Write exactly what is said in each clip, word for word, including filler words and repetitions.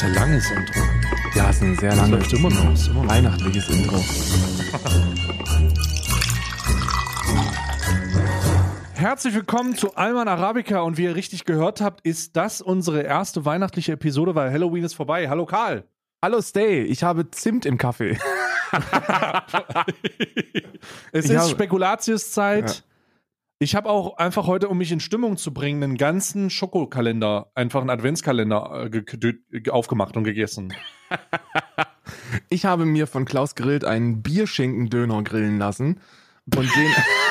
ja ein langes Intro. Ja, es ist ein sehr Das langes, läuft immer noch. Ist immer noch. weihnachtliches Intro. Herzlich willkommen zu Alman Arabica und wie ihr richtig gehört habt, ist das unsere erste weihnachtliche Episode, weil Halloween ist vorbei. Hallo Karl. Hallo Stay, ich habe Zimt im Kaffee. Es Ich ist habe- Spekulatiuszeit. Ja. Ich habe auch einfach heute, um mich in Stimmung zu bringen, einen ganzen Schokokalender, einfach einen Adventskalender äh, ge- ge- aufgemacht und gegessen. Ich habe mir von Klaus Grillt einen Bierschinken-Döner grillen lassen und den...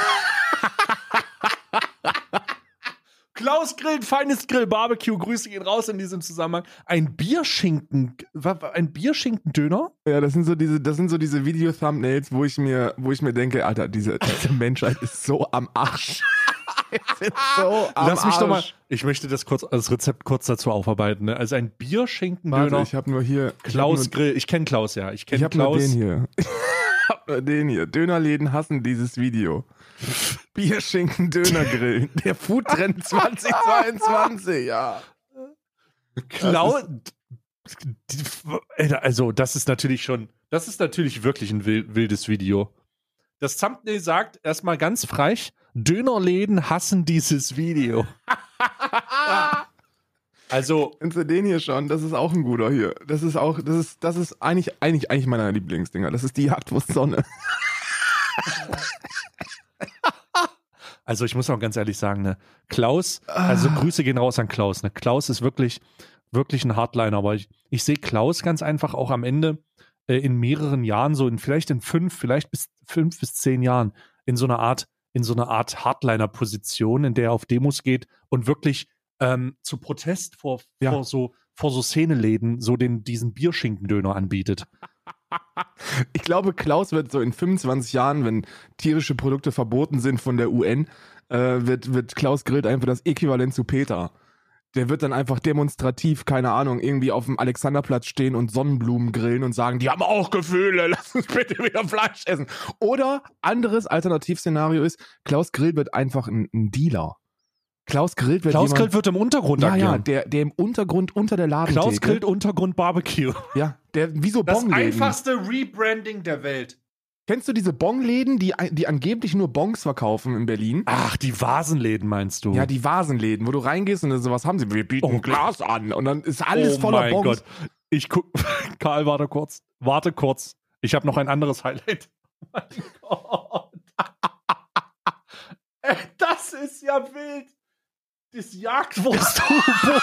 Klaus Grill, feines Grill, Barbecue, Grüße gehen raus in diesem Zusammenhang. Ein Bierschinken, wa- wa- ein Bierschinken-Döner? Ja, das sind so diese, das sind so diese Video-Thumbnails, wo ich mir, wo ich mir denke, Alter, diese, diese Menschheit ist so am Arsch. Wir sind so am Lass mich Arsch. doch mal, ich möchte das kurz, das Rezept kurz dazu aufarbeiten. Ne? Also ein Bierschinken-Döner. Warte, ich habe nur hier... Klaus ich hab nur, Grill, ich kenne Klaus, ja. Ich ich kenne hab nur Klaus. den hier. Ich hab nur den hier. Dönerläden hassen dieses Video. Bierschinken-Döner-Grill. Der Foodtrend zwanzig zweiundzwanzig, ja. Klaus. Also, das ist natürlich schon, das ist natürlich wirklich ein wil- wildes Video. Das Thumbnail sagt erstmal ganz frech: Dönerläden hassen dieses Video. Also, Kennst du den hier schon? Das ist auch ein guter hier. Das ist auch, das ist, das ist eigentlich, eigentlich, eigentlich meiner Lieblingsdinger. Das ist die Jagdwurst Sonne. also ich muss auch ganz ehrlich sagen, ne, Klaus, also Grüße gehen raus an Klaus. Ne? Klaus ist wirklich, wirklich ein Hardliner, aber ich, ich sehe Klaus ganz einfach auch am Ende äh, in mehreren Jahren, so in vielleicht in fünf, vielleicht bis fünf bis zehn Jahren, in so einer Art, in so einer Art Hardliner-Position, in der er auf Demos geht und wirklich ähm, zu Protest vor, Ja. vor so vor so Szeneläden so den, diesen Bierschinkendöner anbietet. Ich glaube, Klaus wird so in fünfundzwanzig Jahren, wenn tierische Produkte verboten sind von der U N, äh, wird, wird Klaus Grillt einfach das Äquivalent zu Peter. Der wird dann einfach demonstrativ, keine Ahnung, irgendwie auf dem Alexanderplatz stehen und Sonnenblumen grillen und sagen, die haben auch Gefühle, lass uns bitte wieder Fleisch essen. Oder anderes Alternativszenario ist, Klaus Grillt wird einfach ein, ein Dealer. Klaus Grillt wird Klaus jemand, Grill wird im Untergrund ja, ja, agieren. der, der im Untergrund unter der Ladentheke. Klaus Grill Untergrund Barbecue. Ja, der, wie so Das Bongläden. einfachste Rebranding der Welt. Kennst du diese Bongläden, die, die angeblich nur Bongs verkaufen in Berlin? Ach, die Vasenläden meinst du? Ja, die Vasenläden, wo du reingehst und dann so, was haben sie? Wir bieten Oh Glas an und dann ist alles oh voller mein Bongs. Gott. Ich guck. Karl, warte kurz. Warte kurz. Ich habe noch ein anderes Highlight. Oh mein Gott. Ey, das ist ja wild. Das Jagdwurst-U-Boot.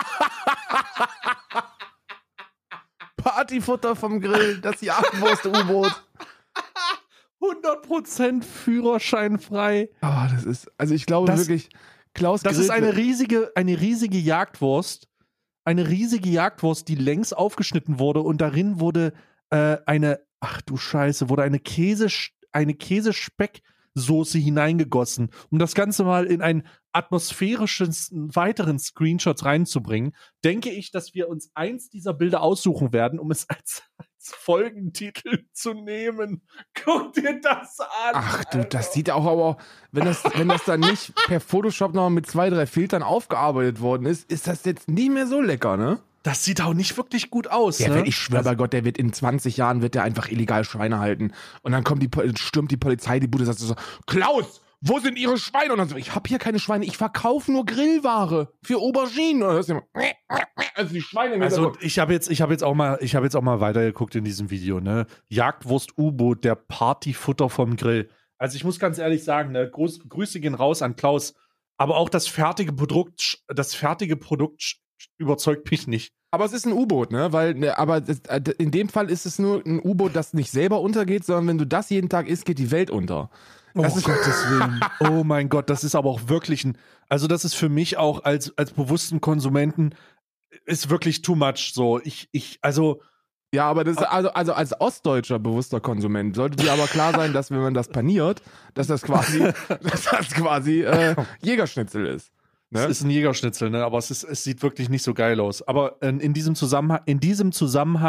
Partyfutter vom Grill, das Jagdwurst-U-Boot. hundert Prozent führerscheinfrei. Oh, das ist, also ich glaube Das- wirklich, Klaus Das Grill. ist eine riesige, eine riesige Jagdwurst. Eine riesige Jagdwurst, die längs aufgeschnitten wurde und darin wurde äh, eine, ach du Scheiße, wurde eine Käse, eine Käsespecksoße hineingegossen, um das Ganze mal in einen atmosphärischen weiteren Screenshot reinzubringen, denke ich, dass wir uns eins dieser Bilder aussuchen werden, um es als, als Folgentitel zu nehmen. Guck dir das an. Ach du, Alter. das sieht auch aber, wenn das, wenn das dann nicht per Photoshop noch mit zwei, drei Filtern aufgearbeitet worden ist, ist das jetzt nicht mehr so lecker, ne? Das sieht auch nicht wirklich gut aus. Der ne? wird, ich schwöre bei Gott, der wird in zwanzig Jahren wird der einfach illegal Schweine halten. Und dann kommt die, Po- stürmt die Polizei die Bude und sagt so, Klaus, wo sind ihre Schweine? Und dann so, ich habe hier keine Schweine, ich verkaufe nur Grillware für Auberginen. Und dann hörst du immer, also die Schweine im Also Hintergrund. ich habe jetzt, ich habe jetzt auch mal, ich habe jetzt auch mal weitergeguckt in diesem Video, ne? Jagdwurst-U-Boot, der Partyfutter vom Grill. Also ich muss ganz ehrlich sagen, ne, Groß, Grüße gehen raus an Klaus, aber auch das fertige Produkt, das fertige Produkt überzeugt mich nicht. Aber es ist ein U-Boot, ne? Weil, ne, aber das, äh, in dem Fall ist es nur ein U-Boot, das nicht selber untergeht, sondern wenn du das jeden Tag isst, geht die Welt unter. Das oh ist, Gottes Willen. Oh mein Gott, das ist aber auch wirklich ein, also das ist für mich auch als, als bewussten Konsumenten ist wirklich too much so. Ich, ich, also ja, aber das ist, also, also als ostdeutscher bewusster Konsument sollte dir aber klar sein, dass wenn man das paniert, dass das quasi, dass das quasi äh, Jägerschnitzel ist. Ne? es ist ein Jägerschnitzel, ne? Aber es, ist, es sieht wirklich nicht so geil aus. Aber äh, in diesem Zusammenhang, in diesem Zusammenhang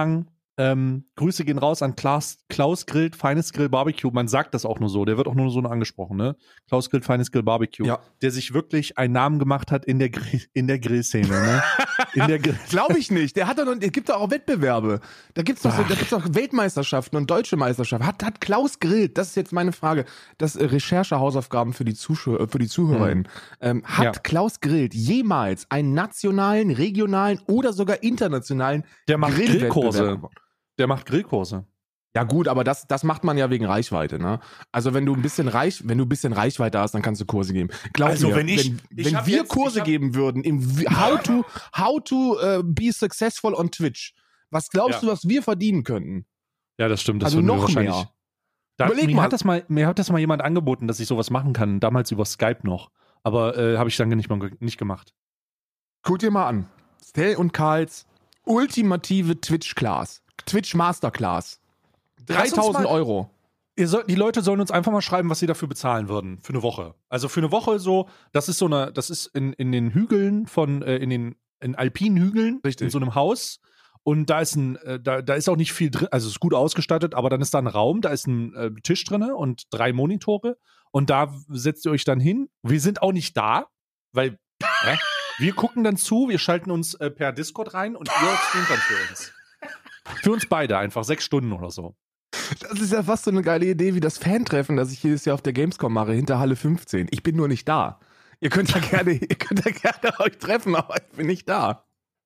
Ähm, Grüße gehen raus an Klaus, Klaus Grillt, Feines Grill Barbecue. Man sagt das auch nur so, der wird auch nur so angesprochen, ne? Klaus Grillt, Feines Grill Barbecue. Ja. Der sich wirklich einen Namen gemacht hat in der, Grill, in der Grillszene, ne? In der Grill- Glaube ich nicht. Der hat doch, es gibt doch auch Wettbewerbe. Da gibt's doch, so, da gibt's doch Weltmeisterschaften und deutsche Meisterschaften. Hat, hat Klaus Grillt, das ist jetzt meine Frage, das äh, Recherche-Hausaufgaben für die, Zuschauer, für die ZuhörerInnen. Ähm, hat Ja. Klaus Grillt jemals einen nationalen, regionalen oder sogar internationalen Der macht Grillwettbewerb Grillkurse. gewonnen? Der macht Grillkurse. Ja gut, aber das, das macht man ja wegen Reichweite, ne? Also wenn du ein bisschen Reich, wenn du ein bisschen Reichweite hast, dann kannst du Kurse geben. Glaub Also mir, wenn ich- wenn, ich wenn hab wir jetzt- Kurse ich hab- geben würden im V- How to How to uh, be successful on Twitch, was glaubst Ja. du, was wir verdienen könnten? Ja, das stimmt. Das Also würden wir noch wahrscheinlich- mehr. Da, Überleg mir, mal. Hat das mal, mir hat das mal jemand angeboten, dass ich sowas machen kann. Damals über Skype noch. Aber äh, habe ich dann nicht, mal, nicht gemacht. Guck dir mal an. Stell und Karls ultimative Twitch-Class. Twitch Masterclass. Lass uns dreitausend mal- Euro. Ihr soll, die Leute sollen uns einfach mal schreiben, was sie dafür bezahlen würden. Für eine Woche. Also für eine Woche so, das ist so eine, das ist in, in den Hügeln von, äh, in den in alpinen Hügeln, Richtig. in so einem Haus. Und da ist ein, äh, da, da ist auch nicht viel drin, also es ist gut ausgestattet, aber dann ist da ein Raum, da ist ein äh, Tisch drin und drei Monitore. Und da setzt ihr euch dann hin. Wir sind auch nicht da, weil hä? Wir gucken dann zu, wir schalten uns äh, per Discord rein und ihr streamt dann für uns. Für uns beide einfach, sechs Stunden oder so. Das ist ja fast so eine geile Idee wie das Fan-Treffen, das ich jedes Jahr auf der Gamescom mache, hinter Halle fünfzehn. Ich bin nur nicht da. Ihr könnt da gerne, ihr könnt da gerne euch treffen, aber ich bin nicht da.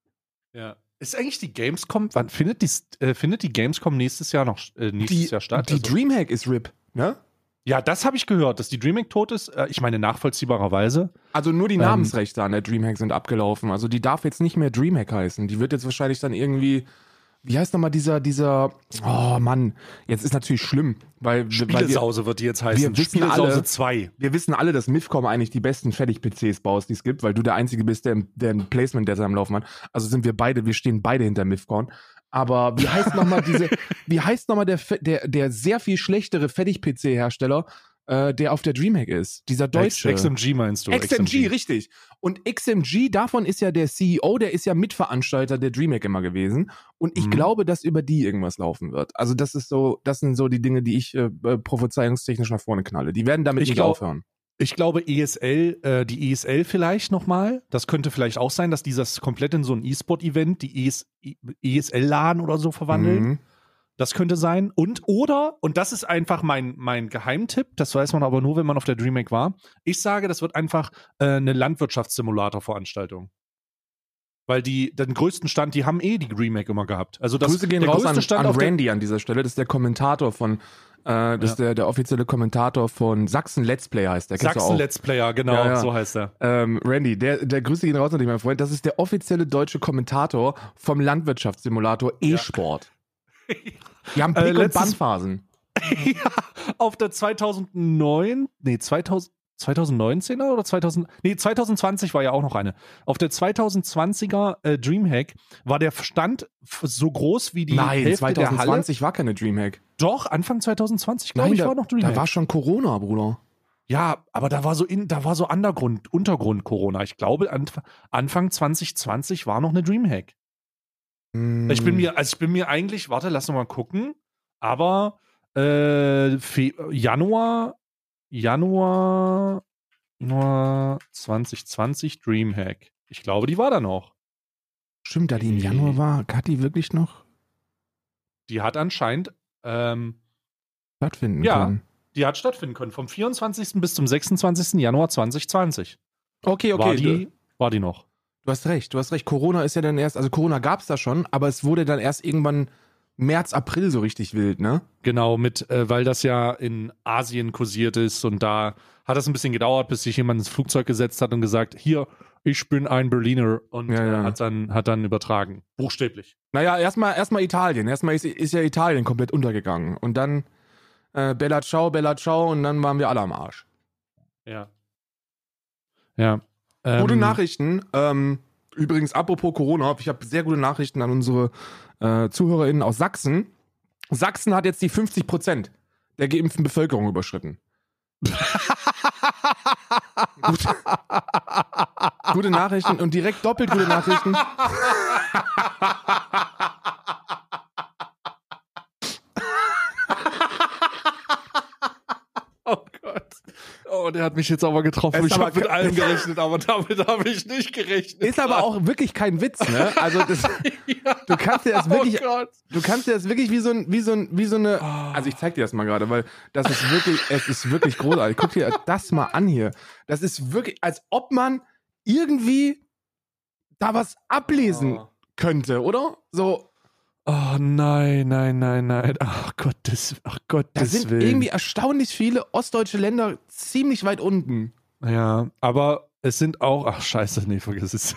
Ja. Ist eigentlich die Gamescom, wann findet die, äh, findet die Gamescom nächstes Jahr noch äh, nächstes Die, Jahr statt? die Also- Dreamhack ist R I P, ne? Ja, das habe ich gehört, dass die Dreamhack tot ist. Äh, ich meine, nachvollziehbarerweise. Also nur die Ähm, Namensrechte an der Dreamhack sind abgelaufen. Also die darf jetzt nicht mehr Dreamhack heißen. Die wird jetzt wahrscheinlich dann irgendwie, wie heißt nochmal dieser, dieser, oh Mann, jetzt ist natürlich schlimm, weil, weil wir, Spielesause wird die jetzt heißen. wir wissen Spielesause alle- zwei. wir wissen alle, dass Mifcom eigentlich die besten Fertig-P Cs baust, die es gibt, weil du der Einzige bist, der, der ein Placement der am Laufen hat. Also sind wir beide, wir stehen beide hinter Mifcon. Aber wie heißt nochmal diese, wie heißt nochmal der, Fe- der, der sehr viel schlechtere Fertig-P C-Hersteller, äh, der auf der Dreamhack ist? Dieser deutsche. X M G meinst du? X M G, richtig. Und X M G, davon ist ja der C E O, der ist ja Mitveranstalter der Dreamhack immer gewesen. Und ich Mhm. glaube, dass über die irgendwas laufen wird. Also das ist so, das sind so die Dinge, die ich äh, äh, prophezeiungstechnisch nach vorne knalle. Die werden damit Ich nicht glaub- aufhören. Ich glaube, E S L, äh, die E S L vielleicht nochmal. Das könnte vielleicht auch sein, dass dieses komplett in so ein E-Sport-Event, die E S L-LAN oder so verwandeln. Mhm. Das könnte sein. Und, oder, und das ist einfach mein, mein Geheimtipp, das weiß man aber nur, wenn man auf der Dreamhack war. Ich sage, das wird einfach äh, eine Landwirtschaftssimulator-Veranstaltung. Weil die, den größten Stand, die haben eh die Dreamhack immer gehabt. Also das, Grüße gehen der raus größte an, Stand an auf der- Randy an dieser Stelle. Das ist der Kommentator von, äh, das ist der, der offizielle Kommentator von Sachsen Let's Play heißt der. Kennst du Sachsen auch? Let's Player, genau, Ja, ja. so heißt er. Ähm, Randy, der, der Grüße gehen raus an dich, mein Freund. Das ist der offizielle deutsche Kommentator vom Landwirtschaftssimulator E-Sport. Die haben Äh, Blick- und letztes- Bandphasen. Ja, auf der zweitausendneun, nee, zweitausend, zweitausendneunzehner oder zweitausend, nee, zweitausendzwanzig war ja auch noch eine. Auf der zweitausendzwanziger äh, Dreamhack war der Stand f- so groß wie die Nein, Hälfte der Halle. zweitausendzwanzig war keine Dreamhack. Doch, Anfang zweitausendzwanzig, glaube Nein, ich, da, war noch Dreamhack. da war schon Corona, Bruder. ja, aber da war so in, da war so Undergrund, Untergrund Corona. Ich glaube, Anf Anfang zwanzig zwanzig war noch eine Dreamhack. Hm. Ich bin mir, also ich bin mir eigentlich, warte, lass noch mal gucken, aber äh, Fe Januar, Januar, Januar zwanzig zwanzig Dreamhack. Ich glaube, die war da noch. Stimmt, da die im Januar war, hat die wirklich noch Die hat anscheinend, ähm, stattfinden Ja. können. die hat stattfinden können. Vom vierundzwanzigsten bis zum sechsundzwanzigsten Januar zwanzig zwanzig. Okay, okay. war, die, du, war die noch. du hast recht, du hast recht. Corona ist ja dann erst, also Corona gab es da schon, aber es wurde dann erst irgendwann März, April so richtig wild, ne? Genau, mit, äh, weil das ja in Asien kursiert ist und da hat das ein bisschen gedauert, bis sich jemand ins Flugzeug gesetzt hat und gesagt, hier, ich bin ein Berliner und Ja, ja. Äh, hat, dann, hat dann übertragen. Buchstäblich. Naja, erstmal erstmal Italien. Erstmal ist, ist ja Italien komplett untergegangen. Und dann äh, Bella Ciao, Bella Ciao und dann waren wir alle am Arsch. Ja. Ja. Ähm, Gute Nachrichten. Ähm, übrigens, apropos Corona, ich habe sehr gute Nachrichten an unsere äh, ZuhörerInnen aus Sachsen. Sachsen hat jetzt die fünfzig Prozent der geimpften Bevölkerung überschritten. gute, gute Nachrichten und direkt doppelt gute Nachrichten. Oh, der hat mich jetzt aber getroffen. Ist ich aber habe mit ke- allem gerechnet, aber damit habe ich nicht gerechnet. Ist aber auch wirklich kein Witz, ne? Also das, ja. du kannst dir das wirklich, Oh Gott. du kannst dir das wirklich wie so ein, wie so ein, wie so eine. Also ich zeig dir das mal gerade, weil das ist wirklich, es ist wirklich großartig. Guck dir das mal an hier. Das ist wirklich, als ob man irgendwie da was ablesen Oh. könnte, oder? So, Oh nein, nein, nein, nein. Ach Gottes, ach da Gottes sind Willen. irgendwie erstaunlich viele ostdeutsche Länder ziemlich weit unten. Ja, aber es sind auch. Ach Scheiße, nee, vergiss es.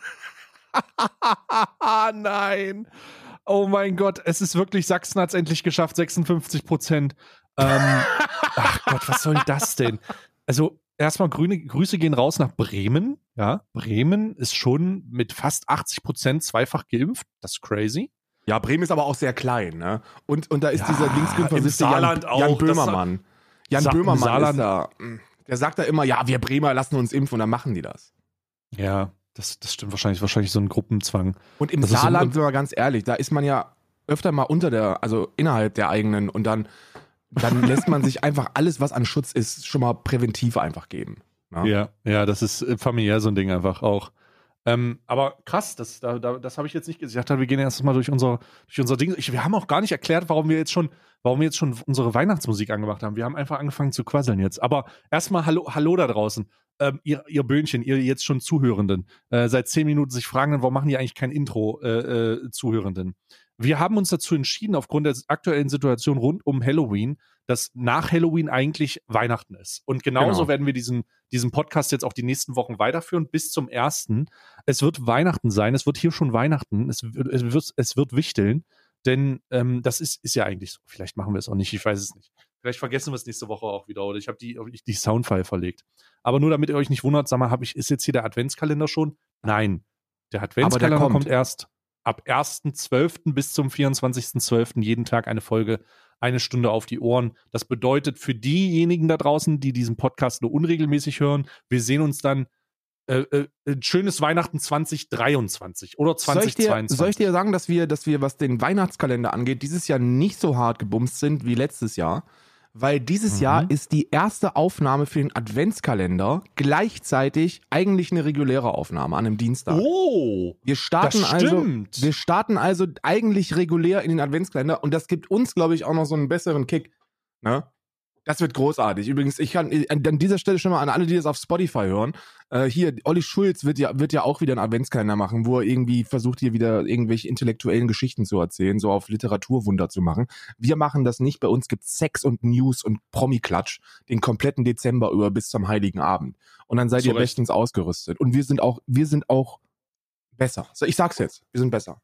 Nein. Oh mein Gott, es ist wirklich, Sachsen hat es endlich geschafft, sechsundfünfzig Prozent. Ähm, ach Gott, was soll das denn? Also, erstmal grüne Grüße gehen raus nach Bremen. Ja, Bremen ist schon mit fast achtzig Prozent zweifach geimpft. Das ist crazy. Ja, Bremen ist aber auch sehr klein, ne? Und, und da ist Ja, dieser linksgrün-versiffte im Jan, Saarland auch. Jan Das- Böhmermann. Jan Sa- im Böhmermann Saarland- ist da. Der sagt da immer, ja, wir Bremer lassen uns impfen und dann machen die das. Ja, das, das stimmt wahrscheinlich. Wahrscheinlich so ein Gruppenzwang. Und im Das ist so- Saarland, sind wir ganz ehrlich, da ist man ja öfter mal unter der, also innerhalb der eigenen und dann, dann lässt man sich einfach alles, was an Schutz ist, schon mal präventiv einfach geben. Ne? Ja, ja, das ist äh, familiär so ein Ding einfach auch. Ähm, aber krass, das, da, da, das habe ich jetzt nicht gesehen. Ich dachte, wir gehen erst mal durch unser, durch unser Ding. Ich, wir haben auch gar nicht erklärt, warum wir jetzt schon, warum wir jetzt schon unsere Weihnachtsmusik angemacht haben. Wir haben einfach angefangen zu quasseln jetzt. Aber erstmal Hallo, Hallo da draußen. Ähm, ihr, ihr Böhnchen, ihr jetzt schon Zuhörenden, äh, seit zehn Minuten sich fragen, warum machen die eigentlich kein Intro, äh, äh, Zuhörenden? Wir haben uns dazu entschieden, aufgrund der aktuellen Situation rund um Halloween, dass nach Halloween eigentlich Weihnachten ist. Und genauso Genau. werden wir diesen, diesen Podcast jetzt auch die nächsten Wochen weiterführen, bis zum ersten. Es wird Weihnachten sein, es wird hier schon Weihnachten, es wird, es wird, es wird wichteln, denn ähm, das ist, ist ja eigentlich so. Vielleicht machen wir es auch nicht, ich weiß es nicht. Vielleicht vergessen wir es nächste Woche auch wieder oder ich habe die, die Soundfile verlegt. Aber nur damit ihr euch nicht wundert, sag mal, hab ich, ist jetzt hier der Adventskalender schon? Nein, der Adventskalender kommt. kommt erst ab ersten zwölften bis zum vierundzwanzigsten zwölften jeden Tag eine Folge, eine Stunde auf die Ohren. Das bedeutet für diejenigen da draußen, die diesen Podcast nur unregelmäßig hören, wir sehen uns dann äh, äh, ein schönes Weihnachten zwanzig dreiundzwanzig oder Soll ich, dir, zwanzig zweiundzwanzig. soll ich dir sagen, dass wir, dass wir, was den Weihnachtskalender angeht, dieses Jahr nicht so hart gebumst sind wie letztes Jahr? Weil dieses Mhm. Jahr ist die erste Aufnahme für den Adventskalender gleichzeitig eigentlich eine reguläre Aufnahme an einem Dienstag. Oh, Wir starten das also, stimmt. wir starten also eigentlich regulär in den Adventskalender und das gibt uns, glaube ich, auch noch so einen besseren Kick. Ne? Das wird großartig. Übrigens, ich kann an dieser Stelle schon mal an alle, die das auf Spotify hören, äh, hier, Olli Schulz wird ja, wird ja auch wieder einen Adventskalender machen, wo er irgendwie versucht, hier wieder irgendwelche intellektuellen Geschichten zu erzählen, so auf Literaturwunder zu machen. Wir machen das nicht. Bei uns gibt's Sex und News und Promi-Klatsch den kompletten Dezember über bis zum Heiligen Abend. Und dann seid Zu ihr Recht. bestens ausgerüstet. Und wir sind auch, wir sind auch besser. So, ich sag's jetzt, wir sind besser.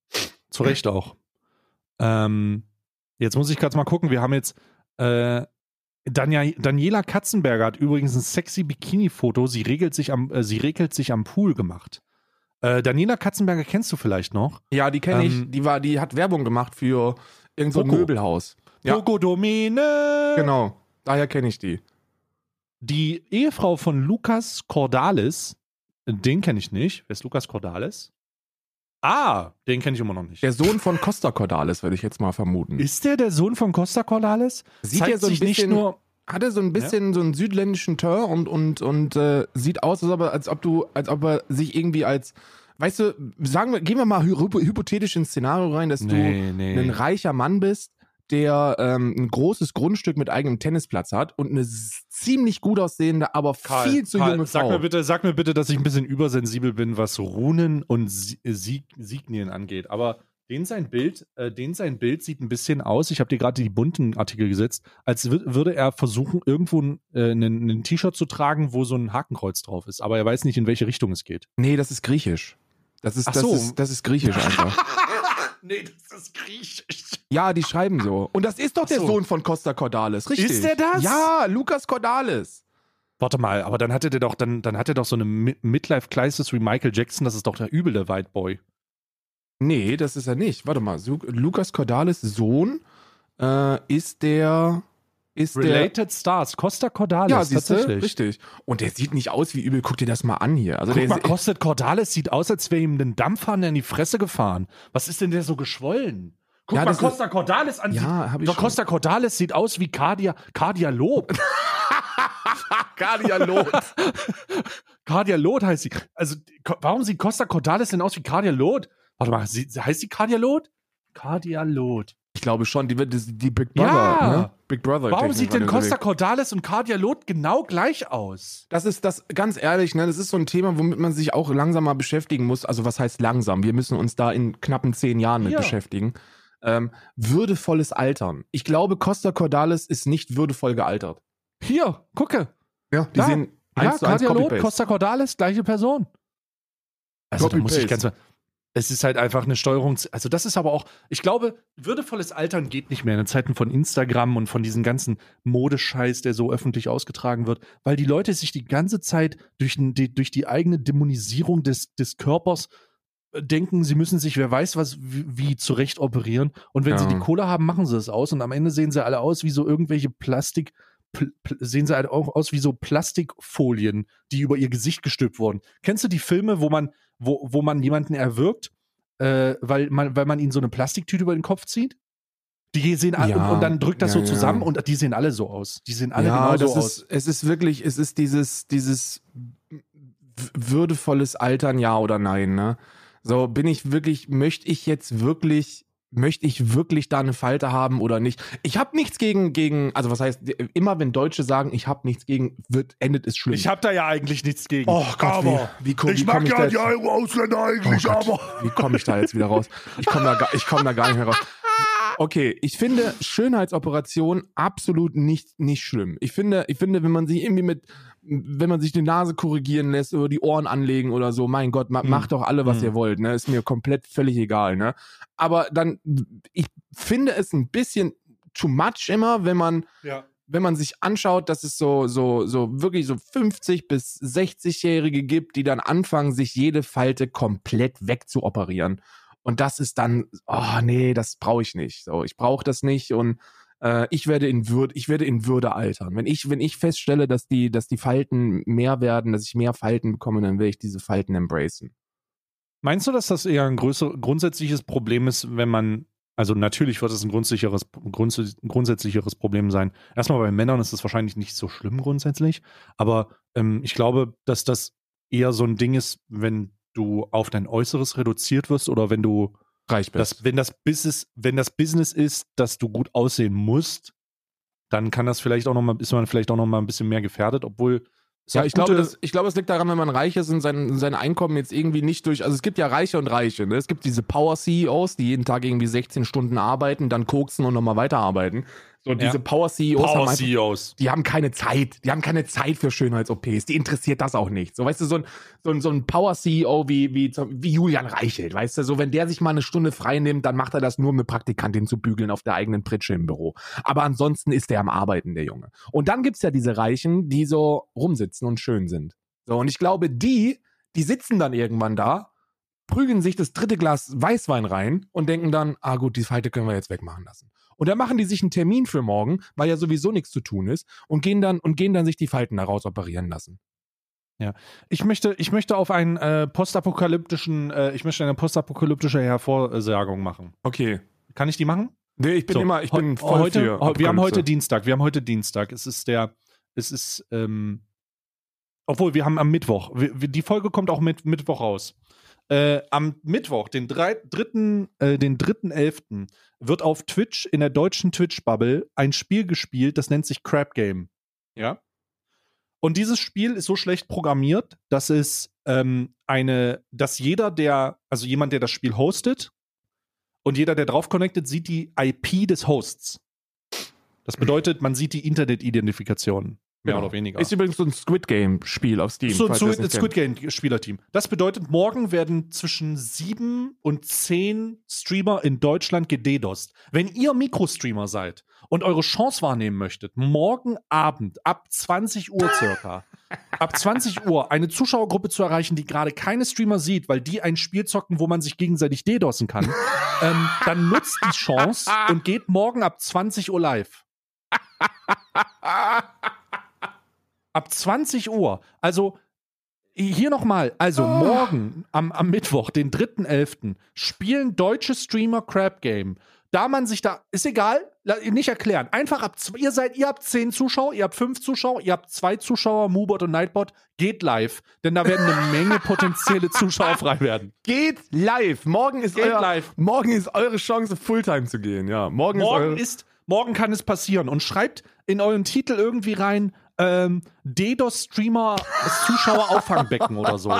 Zu Recht auch. Ähm, jetzt muss ich gerade mal gucken, wir haben jetzt äh, Dania, Daniela Katzenberger hat übrigens ein sexy Bikini-Foto, sie regelt sich am, äh, sie regelt sich am Pool gemacht. Äh, Daniela Katzenberger kennst du vielleicht noch? Ja, die kenne Ähm, ich. Die war, die hat Werbung gemacht für irgend so ein Poco. Möbelhaus. Ja. Poco Domene! Genau. Daher kenne ich die. Die Ehefrau von Lukas Cordalis, den kenne ich nicht. Wer ist Lukas Cordalis? Ah, den kenne ich immer noch nicht. Der Sohn von Costa Cordalis, würde ich jetzt mal vermuten. Ist der der Sohn von Costa Cordalis? Sieht Zeigt ja so ein sich nicht bisschen- nur. Hat er so ein bisschen so einen südländischen Teint und, und, und äh, sieht aus, als ob, er, als ob du, als ob er sich irgendwie als, weißt du, sagen wir, gehen wir mal hy hypothetisch ins Szenario rein, dass Nee, du nee. ein reicher Mann bist, der ähm, ein großes Grundstück mit eigenem Tennisplatz hat und eine s- ziemlich gut aussehende, aber Karl, viel zu Karl, junge sag Frau. mir bitte, sag mir bitte, dass ich ein bisschen übersensibel bin, was Runen und Sie- Sieg Signien angeht. Aber den sein Bild, äh, den sein Bild sieht ein bisschen aus. Ich habe dir gerade die bunten Artikel gesetzt, als wür- würde er versuchen, irgendwo ein, äh, ein, ein T-Shirt zu tragen, wo so ein Hakenkreuz drauf ist. Aber er weiß nicht, in welche Richtung es geht. Nee, das ist griechisch. Das ist, Ach das so. ist, das ist griechisch einfach. Nee, das ist griechisch. Ja, die schreiben so. Und das ist doch der Ach so. Sohn von Costa Cordalis, richtig? Ist der das? Ja, Lukas Cordalis. Warte mal, aber dann hatte der doch, dann, dann hat er doch so eine Mi- Midlife-Crisis wie Michael Jackson. Das ist doch der übel, der White Boy. Nee, das ist er nicht. Warte mal, Su Lukas Cordalis Sohn äh, ist der ist Related Stars, Costa der Cordalis, Ja, siehst du, tatsächlich. richtig. Und der sieht nicht aus wie übel. Guck dir das mal an hier. Also Guck der mal, ist, Costa Cordalis sieht aus, als wäre ihm ein Dampfhahn in die Fresse gefahren. Was ist denn der so geschwollen? Guck Ja, mal das ist- Costa Cordalis an. Ja, sieht- hab ich Doch schon. Costa Cordalis sieht aus wie Cardia, Cardia Lob. Kadia Loth. Kadia Loth heißt sie. Also, ko- warum sieht Costa Cordalis denn aus wie Kadia Loth? Warte mal, sie, heißt sie Kadia Loth? Kadia Loth. Ich glaube schon, die wird die, die Big Brother, Ja. ne? Big Brother. Warum Technik sieht denn war Costa unterwegs. Cordalis und Kadia Loth genau gleich aus? Das ist das, ganz ehrlich, ne, das ist so ein Thema, womit man sich auch langsam mal beschäftigen muss. Also was heißt langsam? Wir müssen uns da in knappen zehn Jahren mit Ja. beschäftigen. Ähm, würdevolles Altern. Ich glaube, Costa Cordalis ist nicht würdevoll gealtert. Hier, gucke. Ja, die Ja. sehen Ja, eins zu eins Kadia Loth, Copy-Paste. Costa Cordalis, gleiche Person. Also da muss ich ganz Copy-Paste. Es ist halt einfach eine Steuerung. Also, das ist aber auch, ich glaube, würdevolles Altern geht nicht mehr in Zeiten von Instagram und von diesem ganzen Modescheiß, der so öffentlich ausgetragen wird, weil die Leute sich die ganze Zeit durch, die, durch die eigene Dämonisierung des, des Körpers äh, denken, sie müssen sich, wer weiß was, wie, wie zurecht operieren. Und wenn Ja. sie die Kohle haben, machen sie es aus. Und am Ende sehen sie alle aus wie so irgendwelche Plastik. Pl pl sehen sie halt auch aus wie so Plastikfolien, die über ihr Gesicht gestülpt wurden. Kennst du die Filme, wo man, wo, wo man jemanden erwürgt, äh, weil, man, weil man ihnen so eine Plastiktüte über den Kopf zieht? Die sehen alle, Ja, und, und dann drückt das ja, so zusammen ja. und die sehen alle so aus. Die sehen alle Ja, genau das so ist, aus. es ist wirklich, es ist dieses, dieses w- würdevolles Altern, ja oder nein, ne? So, bin ich wirklich, möchte ich jetzt wirklich, möchte ich wirklich da eine Falte haben oder nicht? Ich habe nichts gegen, gegen, also was heißt, immer wenn Deutsche sagen, ich habe nichts gegen, wird, endet es schlimm. Ich habe da ja eigentlich nichts gegen. Oh Gott, aber wie, wie, komm- ich wie mag komm ich ja da die jetzt- Euro-Ausländer eigentlich, Oh Gott, aber. wie komme ich da jetzt wieder raus? Ich komme da, gar- ich komm da gar nicht mehr raus. Okay, ich finde Schönheitsoperation absolut nicht, nicht schlimm. Ich finde, ich finde, wenn man sich irgendwie mit, wenn man sich die Nase korrigieren lässt oder die Ohren anlegen oder so, mein Gott, ma, Hm. macht doch alle, was Hm. ihr wollt, ne? Ist mir komplett völlig egal, ne? Aber dann, ich finde es ein bisschen too much immer, wenn man, Ja. wenn man sich anschaut, dass es so, so, so wirklich so fünfzig- bis sechzig-Jährige gibt, die dann anfangen, sich jede Falte komplett wegzuoperieren. Und das ist dann, oh nee, das brauche ich nicht. So, ich brauche das nicht und äh, ich werde in Würde, ich werde in Würde altern. Wenn ich, wenn ich feststelle, dass die, dass die Falten mehr werden, dass ich mehr Falten bekomme, dann werde ich diese Falten embracen. Meinst du, dass das eher ein größer, grundsätzliches Problem ist, wenn man, also natürlich wird es ein grundsätzlicheres, grunds- grundsätzlicheres Problem sein. Erstmal bei Männern ist es wahrscheinlich nicht so schlimm grundsätzlich, aber ähm, ich glaube, dass das eher so ein Ding ist, wenn du auf dein Äußeres reduziert wirst oder wenn du Reich bist. das, wenn das Business, wenn das Business ist, dass du gut aussehen musst, dann kann das vielleicht auch noch mal, ist man vielleicht auch noch mal ein bisschen mehr gefährdet, obwohl es Ja, hat ich glaube, gute- das, ich glaube, es liegt daran, wenn man reich ist und sein, sein Einkommen jetzt irgendwie nicht durch, also es gibt ja Reiche und Reiche, ne? Es gibt diese Power-C E Os, die jeden Tag irgendwie sechzehn Stunden arbeiten, dann koksen und nochmal weiterarbeiten. So, Ja. diese Power-C E Os haben Power einfach, C E Os.-C E Os. die haben keine Zeit. Die haben keine Zeit für Schönheits-O Ps. Die interessiert das auch nicht. So, weißt du, so ein, so ein, so ein Power-C E O wie, wie, wie Julian Reichelt, weißt du, so, wenn der sich mal eine Stunde frei nimmt, dann macht er das nur, um eine Praktikantin zu bügeln auf der eigenen Pritsche im Büro. Aber ansonsten ist der am Arbeiten, der Junge. Und dann gibt's ja diese Reichen, die so rumsitzen und schön sind. So, und ich glaube, die, die sitzen dann irgendwann da, prügeln sich das dritte Glas Weißwein rein und denken dann, ah gut, die Falte können wir jetzt wegmachen lassen. Und dann machen die sich einen Termin für morgen, weil ja sowieso nichts zu tun ist, und gehen dann, und gehen dann sich die Falten daraus operieren lassen. Ich möchte, ich möchte auf einen äh, postapokalyptischen, äh, ich möchte eine postapokalyptische Hervorsagung machen. Okay. Kann ich die machen? Nee, ich bin So, immer, ich heu- bin voll heute, für heu- Wir haben Apokalypse. heute Dienstag, wir haben heute Dienstag. Es ist der, es ist, ähm, obwohl wir haben am Mittwoch, wir, wir, die Folge kommt auch mit Mittwoch raus. Äh, am Mittwoch, den drei, dritten, äh, den dritten elften wird auf Twitch, in der deutschen Twitch-Bubble, ein Spiel gespielt, das nennt sich Crap Game. Ja. Und dieses Spiel ist so schlecht programmiert, dass es ähm, eine, dass jeder, der, also jemand, der das Spiel hostet und jeder, der drauf connectet, sieht die I P des Hosts. Das bedeutet, man sieht die Internet-Identifikation. Mehr Genau. oder weniger. Ist übrigens so ein Squid Game-Spiel auf Steam. So ein falls ihr es Squid, nicht Squid kennt. Game Spielerteam. Das bedeutet, morgen werden zwischen sieben und zehn Streamer in Deutschland gededost. Wenn ihr Mikrostreamer seid und eure Chance wahrnehmen möchtet, morgen Abend ab zwanzig Uhr circa, ab zwanzig Uhr eine Zuschauergruppe zu erreichen, die gerade keine Streamer sieht, weil die ein Spiel zocken, wo man sich gegenseitig dedossen kann, ähm, dann nutzt die Chance und geht morgen ab zwanzig Uhr live. Ab zwanzig Uhr. Also, hier nochmal. Also, morgen am, am Mittwoch, den dritten elften spielen deutsche Streamer Crap Game. da man sich da, ist egal, nicht erklären. Einfach ab, ihr seid, ihr habt zehn Zuschauer, ihr habt fünf Zuschauer, ihr habt zwei Zuschauer, Moobot und Nightbot, geht live. Denn da werden eine Menge potenzielle Zuschauer frei werden. Geht live. Morgen ist, geht euer, live. Morgen ist eure Chance, Fulltime zu gehen. Ja, morgen, morgen ist, eure ist Morgen kann es passieren. Und schreibt in euren Titel irgendwie rein, ähm, DDoS-Streamer Zuschauer-Auffangbecken oder so.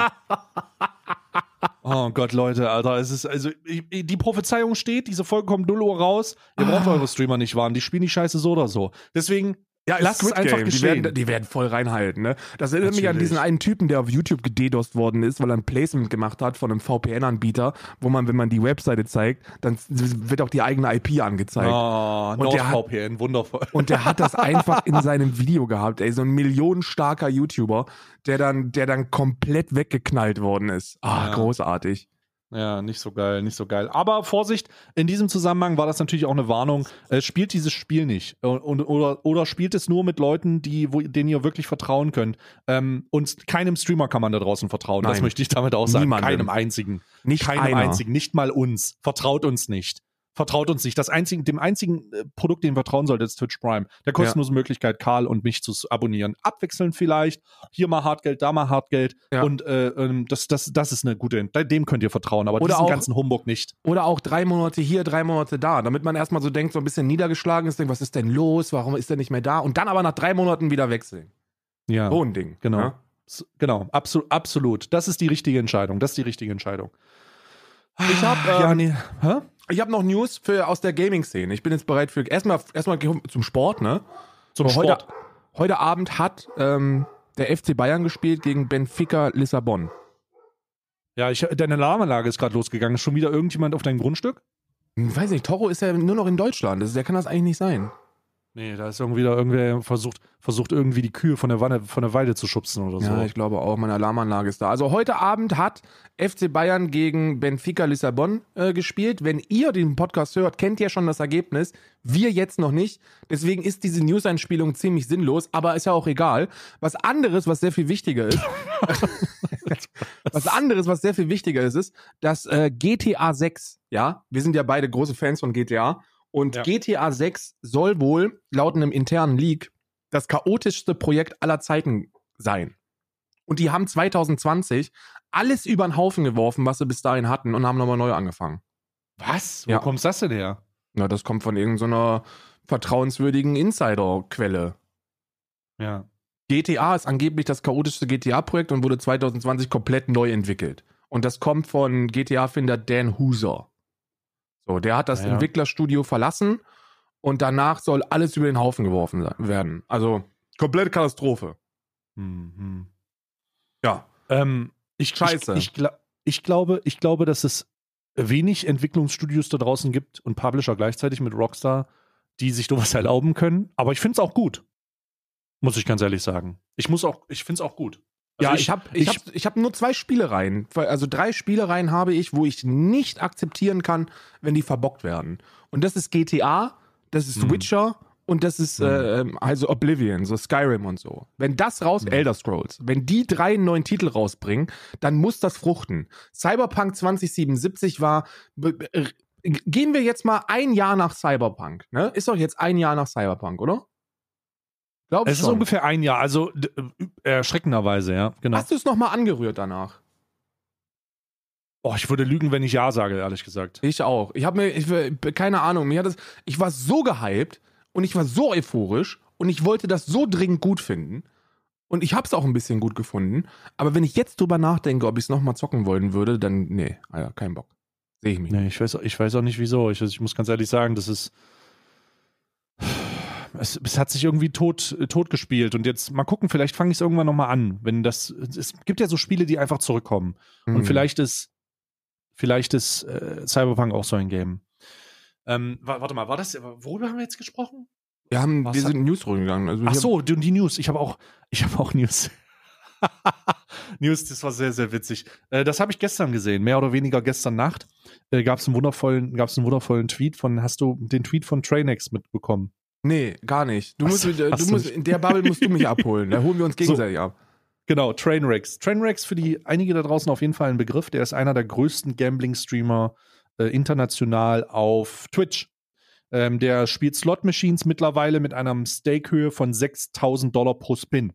Oh Gott, Leute, Alter, es ist, also, die Prophezeiung steht, diese Folge kommt null Uhr raus, ihr braucht eure Streamer nicht warnen, die spielen die Scheiße so oder so. Deswegen, ja, lasst es einfach Game. geschehen. Die werden, die werden voll reinhalten, ne? Das erinnert Natürlich. mich an diesen einen Typen, der auf YouTube gededost worden ist, weil er ein Placement gemacht hat von einem V P N-Anbieter, wo man, wenn man die Webseite zeigt, dann wird auch die eigene I P angezeigt. Oh, und der V P N, hat, wundervoll. Und der hat das einfach in seinem Video gehabt, ey, so ein millionenstarker YouTuber, der dann, der dann komplett weggeknallt worden ist. Ah, ja. Großartig. Ja, nicht so geil, nicht so geil. Aber Vorsicht, in diesem Zusammenhang war das natürlich auch eine Warnung. Äh, spielt dieses Spiel nicht. Und, oder, oder spielt es nur mit Leuten, die, wo, denen ihr wirklich vertrauen könnt. Ähm, und keinem Streamer kann man da draußen vertrauen. Nein. Das möchte ich damit auch sagen. Niemandem. Keinem einzigen. Nicht keinem einer. einzigen. Nicht mal uns. Vertraut uns nicht. Vertraut uns nicht. Das einzige, dem einzigen äh, Produkt, dem ihr vertrauen solltet, ist Twitch Prime. Der kostenlose ja. Möglichkeit, Karl und mich zu abonnieren. Abwechselnd vielleicht. Hier mal Hartgeld, da mal Hartgeld. Ja. Und äh, ähm, das, das, das ist eine gute, dem könnt ihr vertrauen. Aber oder diesen auch, ganzen Humbug nicht. Oder auch drei Monate hier, drei Monate da. Damit man erstmal so denkt, so ein bisschen niedergeschlagen ist, denkt, was ist denn los? Warum ist der nicht mehr da? Und dann aber nach drei Monaten wieder wechseln. Ja. So ein Ding. Genau. Ja? Genau. Absolut, absolut. Das ist die richtige Entscheidung. Das ist die richtige Entscheidung. Ich hab, ähm, ja, nee. Hä? Ich habe noch News für, aus der Gaming-Szene. Ich bin jetzt bereit für erstmal erstmal zum Sport, ne? Zum so, Sport. Heute, heute Abend hat ähm, der F C Bayern gespielt gegen Benfica Lissabon. Ja, ich, deine Alarmanlage ist gerade losgegangen. Ist schon wieder irgendjemand auf deinem Grundstück? Hm, weiß nicht, Toro ist ja nur noch in Deutschland. Das, der kann das eigentlich nicht sein. Nee, da ist irgendwie da irgendwer versucht, versucht irgendwie die Kühe von der, Wanne, von der Weide zu schubsen oder so. Ja, ich glaube auch, meine Alarmanlage ist da. Also heute Abend hat F C Bayern gegen Benfica Lissabon äh, gespielt. Wenn ihr den Podcast hört, kennt ihr schon das Ergebnis. Wir jetzt noch nicht. Deswegen ist diese News-Einspielung ziemlich sinnlos, aber ist ja auch egal. Was anderes, was sehr viel wichtiger ist, was anderes, was sehr viel wichtiger ist, ist, dass äh, G T A sechs, ja, wir sind ja beide große Fans von G T A, und ja. G T A sechs soll wohl, laut einem internen Leak, das chaotischste Projekt aller Zeiten sein. Und die haben zwanzig zwanzig alles über den Haufen geworfen, was sie bis dahin hatten, und haben nochmal neu angefangen. Was? Wo ja. kommst das denn her? Na, das kommt von irgendeiner vertrauenswürdigen Insider-Quelle. Ja. G T A ist angeblich das chaotischste G T A-Projekt und wurde zwanzig zwanzig komplett neu entwickelt. Und das kommt von G T A-Finder Dan Houser. So, der hat das ja. Entwicklerstudio verlassen und danach soll alles über den Haufen geworfen werden. Also, komplette Katastrophe. Mhm. Ja. Ähm, ich, Scheiße. Ich, ich, ich, glaube, ich glaube, dass es wenig Entwicklungsstudios da draußen gibt und Publisher gleichzeitig mit Rockstar, die sich sowas erlauben können. Aber ich finde es auch gut. Muss ich ganz ehrlich sagen. Ich muss auch, ich finde es auch gut. Also ja, ich, ich habe ich, ich hab, ich hab nur zwei Spielereien. Also drei Spielereien habe ich, wo ich nicht akzeptieren kann, wenn die verbockt werden. Und das ist G T A, das ist hm. Witcher und das ist hm. äh, also Oblivion, so Skyrim und so. Wenn das raus, hm. Elder Scrolls, wenn die drei einen neuen Titel rausbringen, dann muss das fruchten. Cyberpunk zwanzig siebenundsiebzig war, äh, gehen wir jetzt mal ein Jahr nach Cyberpunk, ne? Ist doch jetzt ein Jahr nach Cyberpunk, oder? Glaub es schon. Ist ungefähr ein Jahr, also äh, erschreckenderweise, ja. Genau. Hast du es nochmal angerührt danach? Oh, ich würde lügen, wenn ich ja sage, ehrlich gesagt. Ich auch. Ich habe mir, ich, keine Ahnung, mir hat das, ich war so gehypt und ich war so euphorisch und ich wollte das so dringend gut finden und ich habe es auch ein bisschen gut gefunden, aber wenn ich jetzt drüber nachdenke, ob ich es nochmal zocken wollen würde, dann, nee, Alter, kein Bock. Sehe ich mich nee, nicht. Ich weiß, ich weiß auch nicht, wieso. Ich, ich muss ganz ehrlich sagen, das ist Es, es hat sich irgendwie tot, tot gespielt und jetzt mal gucken, vielleicht fange ich es irgendwann nochmal an. Wenn das, es gibt ja so Spiele, die einfach zurückkommen. Mhm. Und vielleicht ist, vielleicht ist äh, Cyberpunk auch so ein Game. Ähm, warte mal, war das, worüber haben wir jetzt gesprochen? Wir haben, wir sind in News rumgegangen. Also Ach so, die, die News. Ich habe auch, ich habe auch News. News, das war sehr, sehr witzig. Äh, das habe ich gestern gesehen, mehr oder weniger gestern Nacht. Äh, gab es einen wundervollen, gab's einen wundervollen Tweet von, hast du den Tweet von Trainx mitbekommen? Nee, gar nicht. Du hast, musst, du hast musst, du in der Bubble musst du mich abholen. Da holen wir uns gegenseitig so, ab. Genau, Trainwrecks. Trainwrecks für die einige da draußen auf jeden Fall ein Begriff. Der ist einer der größten Gambling-Streamer äh, international auf Twitch. Ähm, der spielt Slot-Machines mittlerweile mit einer Stake-Höhe von sechstausend Dollar pro Spin.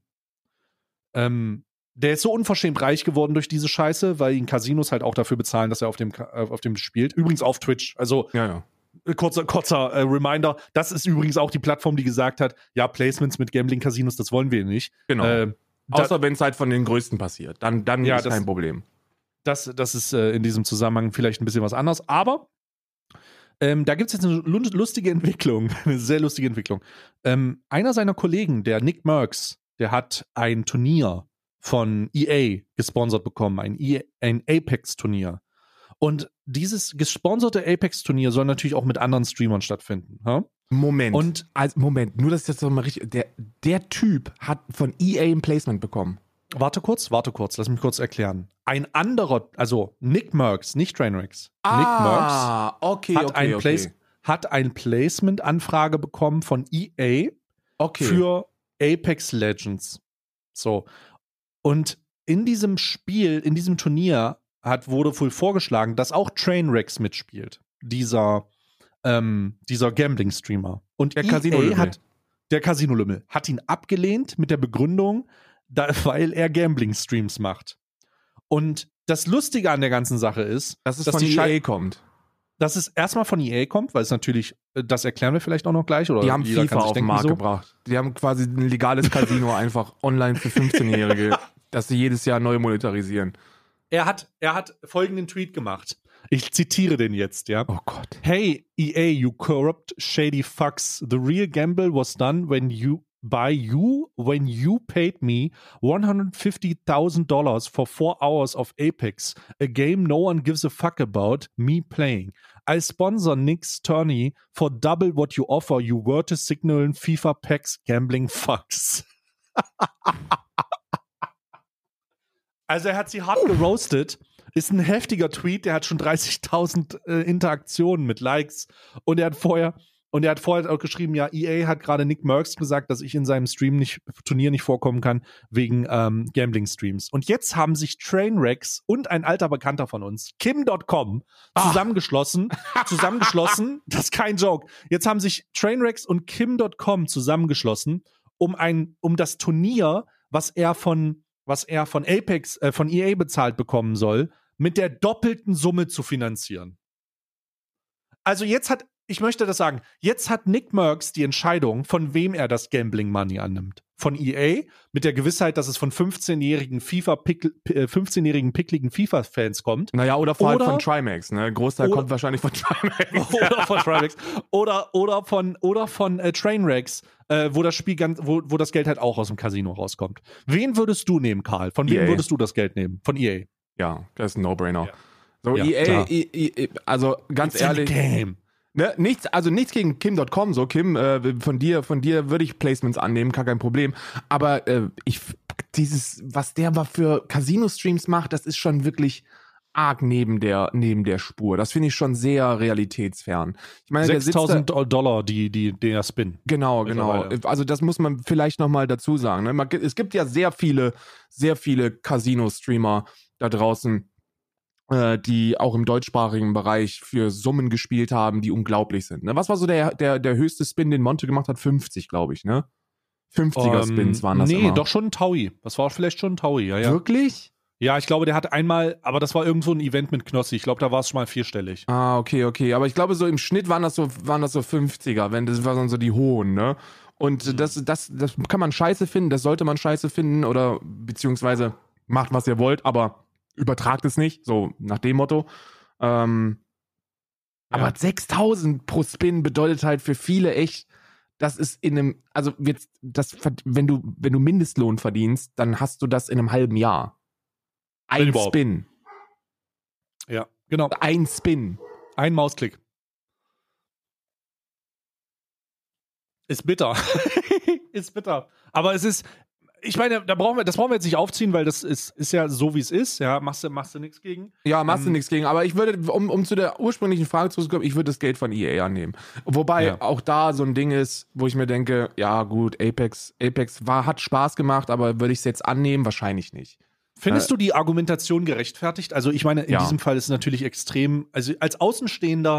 Ähm, der ist so unverschämt reich geworden durch diese Scheiße, weil ihn Casinos halt auch dafür bezahlen, dass er auf dem, auf dem spielt. Übrigens auf Twitch. Also Ja, ja. Kurzer, kurzer äh, Reminder, das ist übrigens auch die Plattform, die gesagt hat, ja, Placements mit Gambling-Casinos, das wollen wir nicht. Genau. Äh, Außer wenn es halt von den Größten passiert. Dann, dann ja, ist das, kein Problem. Das, das ist äh, in diesem Zusammenhang vielleicht ein bisschen was anderes. Aber ähm, da gibt es jetzt eine lustige Entwicklung, eine sehr lustige Entwicklung. Ähm, einer seiner Kollegen, der Nick Merckx, der hat ein Turnier von E A gesponsert bekommen, ein, E A, ein Apex-Turnier. Und dieses gesponserte Apex-Turnier soll natürlich auch mit anderen Streamern stattfinden. Ha? Moment. Und also, Moment, nur dass ich das doch mal richtig. Der, der Typ hat von E A ein Placement bekommen. Warte kurz, warte kurz, lass mich kurz erklären. Ein anderer, also Nick Merckx, nicht Trainwrecks. Ah, Nick Merckx okay, hat, okay, ein okay. Place, hat ein Placement-Anfrage bekommen von E A okay. für Apex Legends. So. Und in diesem Spiel, in diesem Turnier hat, wurde wohl vorgeschlagen, dass auch Trainwrecks mitspielt. Dieser, ähm, dieser Gambling-Streamer. Und Der E A Casino-Lümmel. hat, der Casino-Lümmel, hat ihn abgelehnt mit der Begründung, da, weil er Gambling-Streams macht. Und das Lustige an der ganzen Sache ist, dass es dass von die E A Schei- kommt. dass es erstmal von E A kommt, weil es natürlich, äh, das erklären wir vielleicht auch noch gleich. Oder Die haben jeder FIFA kann sich auf den denken, Markt wieso. gebracht. Die haben quasi ein legales Casino einfach online für fünfzehnjährige, dass sie jedes Jahr neu monetarisieren. Er hat, er hat folgenden Tweet gemacht. Ich zitiere den jetzt, ja. Oh Gott. Hey, E A, you corrupt, shady fucks. The real gamble was done when you, by you, when you paid me one hundred fifty thousand dollars for four hours of Apex, a game no one gives a fuck about, me playing. I sponsor Nick's tourney for double what you offer, you were to signal FIFA packs gambling fucks. Also er hat sie hart geroastet. Ist ein heftiger Tweet, der hat schon dreißigtausend äh, Interaktionen mit Likes. Und er hat vorher, und er hat vorher auch geschrieben, ja, E A hat gerade Nick Merckx gesagt, dass ich in seinem Stream nicht, Turnier nicht vorkommen kann, wegen ähm, Gambling-Streams. Und jetzt haben sich Trainwrecks und ein alter Bekannter von uns, Kim Punkt com, zusammengeschlossen, zusammengeschlossen, das ist kein Joke. Jetzt haben sich Trainwrecks und Kim Punkt com zusammengeschlossen, um ein, um das Turnier, was er von was er von Apex, äh, von E A bezahlt bekommen soll, mit der doppelten Summe zu finanzieren. Also jetzt hat, ich möchte das sagen, jetzt hat Nick Merckx die Entscheidung, von wem er das Gambling-Money annimmt. Von E A, mit der Gewissheit, dass es von fünfzehnjährigen FIFA, äh, fünfzehnjährigen pickligen FIFA-Fans kommt. Naja, oder vor allem Oder- von Trimax, ne? Großteil oder- kommt wahrscheinlich von Trimax. Oder von Trimax. Oder, oder von, oder von äh, Trainwrecks, äh, wo das Spiel ganz, wo, wo das Geld halt auch aus dem Casino rauskommt. Wen würdest du nehmen, Karl? Von wem E A. würdest du das Geld nehmen? Von E A. Ja, das ist ein No-Brainer. Ja. So, Ja, E A, klar. E- E- also ganz It's in the ehrlich, game. ne, nichts, also nichts gegen Kim Punkt com, so Kim, äh, von dir, von dir würde ich Placements annehmen, gar kein Problem. Aber äh, ich, dieses, was der mal für Casino-Streams macht, das ist schon wirklich arg neben der, neben der Spur. Das finde ich schon sehr realitätsfern. Ich meine, der sitzt da- sechstausend Dollar, die, die, der Spin. Genau, genau. Mittlerweile. Also das muss man vielleicht nochmal dazu sagen. Ne? Man, es gibt ja sehr viele, sehr viele Casino-Streamer da draußen, äh, die auch im deutschsprachigen Bereich für Summen gespielt haben, die unglaublich sind. Ne? Was war so der, der, der höchste Spin, den Monte gemacht hat? fünfzig, glaube ich, ne? fünfziger-Spins Ähm, waren das nee, immer. doch schon ein Taui. Das war vielleicht schon ein Taui, ja, ja. Wirklich? Ja, ich glaube, der hat einmal, aber das war irgend so ein Event mit Knossi. Ich glaube, da war es schon mal vierstellig. Ah, okay, okay. Aber ich glaube, so im Schnitt waren das so, waren das so fünfziger, wenn das waren so die hohen, ne? Und Mhm. das, das, das kann man scheiße finden, das sollte man scheiße finden oder beziehungsweise macht, was ihr wollt, aber übertragt es nicht, so nach dem Motto. Ähm, Ja. Aber sechstausend pro Spin bedeutet halt für viele echt, das ist in einem, also jetzt, das, wenn du, wenn du Mindestlohn verdienst, dann hast du das in einem halben Jahr. Wenn Ein überhaupt. Spin. Ja, genau. Ein Spin. Ein Mausklick. Ist bitter. Ist bitter. Aber es ist, ich meine, da brauchen wir, das brauchen wir jetzt nicht aufziehen, weil das ist, ist ja so, wie es ist. Ja, machst du, machst du nichts gegen. Ja, machst du Ähm, nichts gegen. Aber ich würde, um, um zu der ursprünglichen Frage zurückzukommen, ich würde das Geld von E A annehmen. Wobei Ja. auch da so ein Ding ist, wo ich mir denke, ja gut, Apex, Apex war, hat Spaß gemacht, aber würde ich es jetzt annehmen? Wahrscheinlich nicht. Findest Äh, du die Argumentation gerechtfertigt? Also ich meine, in Ja. diesem Fall ist es natürlich extrem, also als Außenstehender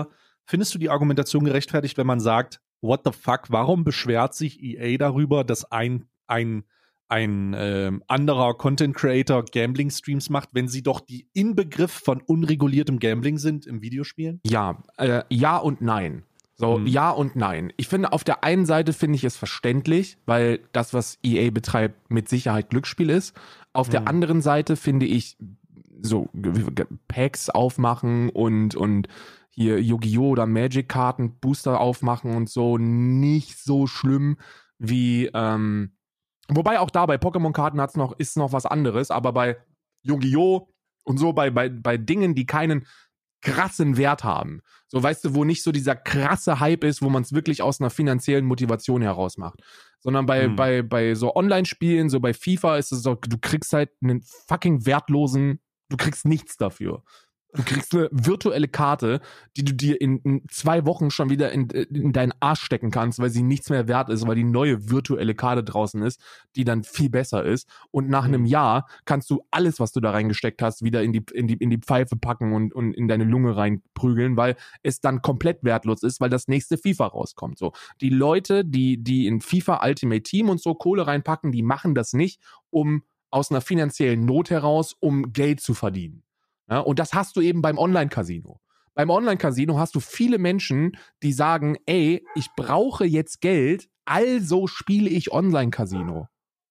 findest du die Argumentation gerechtfertigt, wenn man sagt, what the fuck, warum beschwert sich E A darüber, dass ein, ein, ein ähm, anderer Content Creator Gambling-Streams macht, wenn sie doch die Inbegriff von unreguliertem Gambling sind im Videospielen? Ja, äh, ja und nein. So, mhm. ja und nein. Ich finde, auf der einen Seite finde ich es verständlich, weil das, was E A betreibt, mit Sicherheit Glücksspiel ist. Auf mhm. der anderen Seite finde ich so Packs aufmachen und, und hier Yu-Gi-Oh! Oder Magic-Karten, Booster aufmachen und so nicht so schlimm wie, ähm, wobei auch da bei Pokémon-Karten hat's noch, ist noch was anderes, aber bei Yu-Gi-Oh! Und so bei, bei, bei Dingen, die keinen krassen Wert haben. So, weißt du, wo nicht so dieser krasse Hype ist, wo man es wirklich aus einer finanziellen Motivation heraus macht. Sondern bei, mhm. bei, bei so Online-Spielen, so bei FIFA ist es so, du kriegst halt einen fucking wertlosen, du kriegst nichts dafür. Du kriegst eine virtuelle Karte, die du dir in, in zwei Wochen schon wieder in, in deinen Arsch stecken kannst, weil sie nichts mehr wert ist, weil die neue virtuelle Karte draußen ist, die dann viel besser ist. Und nach mhm. einem Jahr kannst du alles, was du da reingesteckt hast, wieder in die, in die, in die Pfeife packen und, und in deine Lunge reinprügeln, weil es dann komplett wertlos ist, weil das nächste FIFA rauskommt. So, die Leute, die, die in FIFA Ultimate Team und so Kohle reinpacken, die machen das nicht, um aus einer finanziellen Not heraus, um Geld zu verdienen. Ja, und das hast du eben beim Online-Casino. Beim Online-Casino hast du viele Menschen, die sagen, ey, ich brauche jetzt Geld, also spiele ich Online-Casino.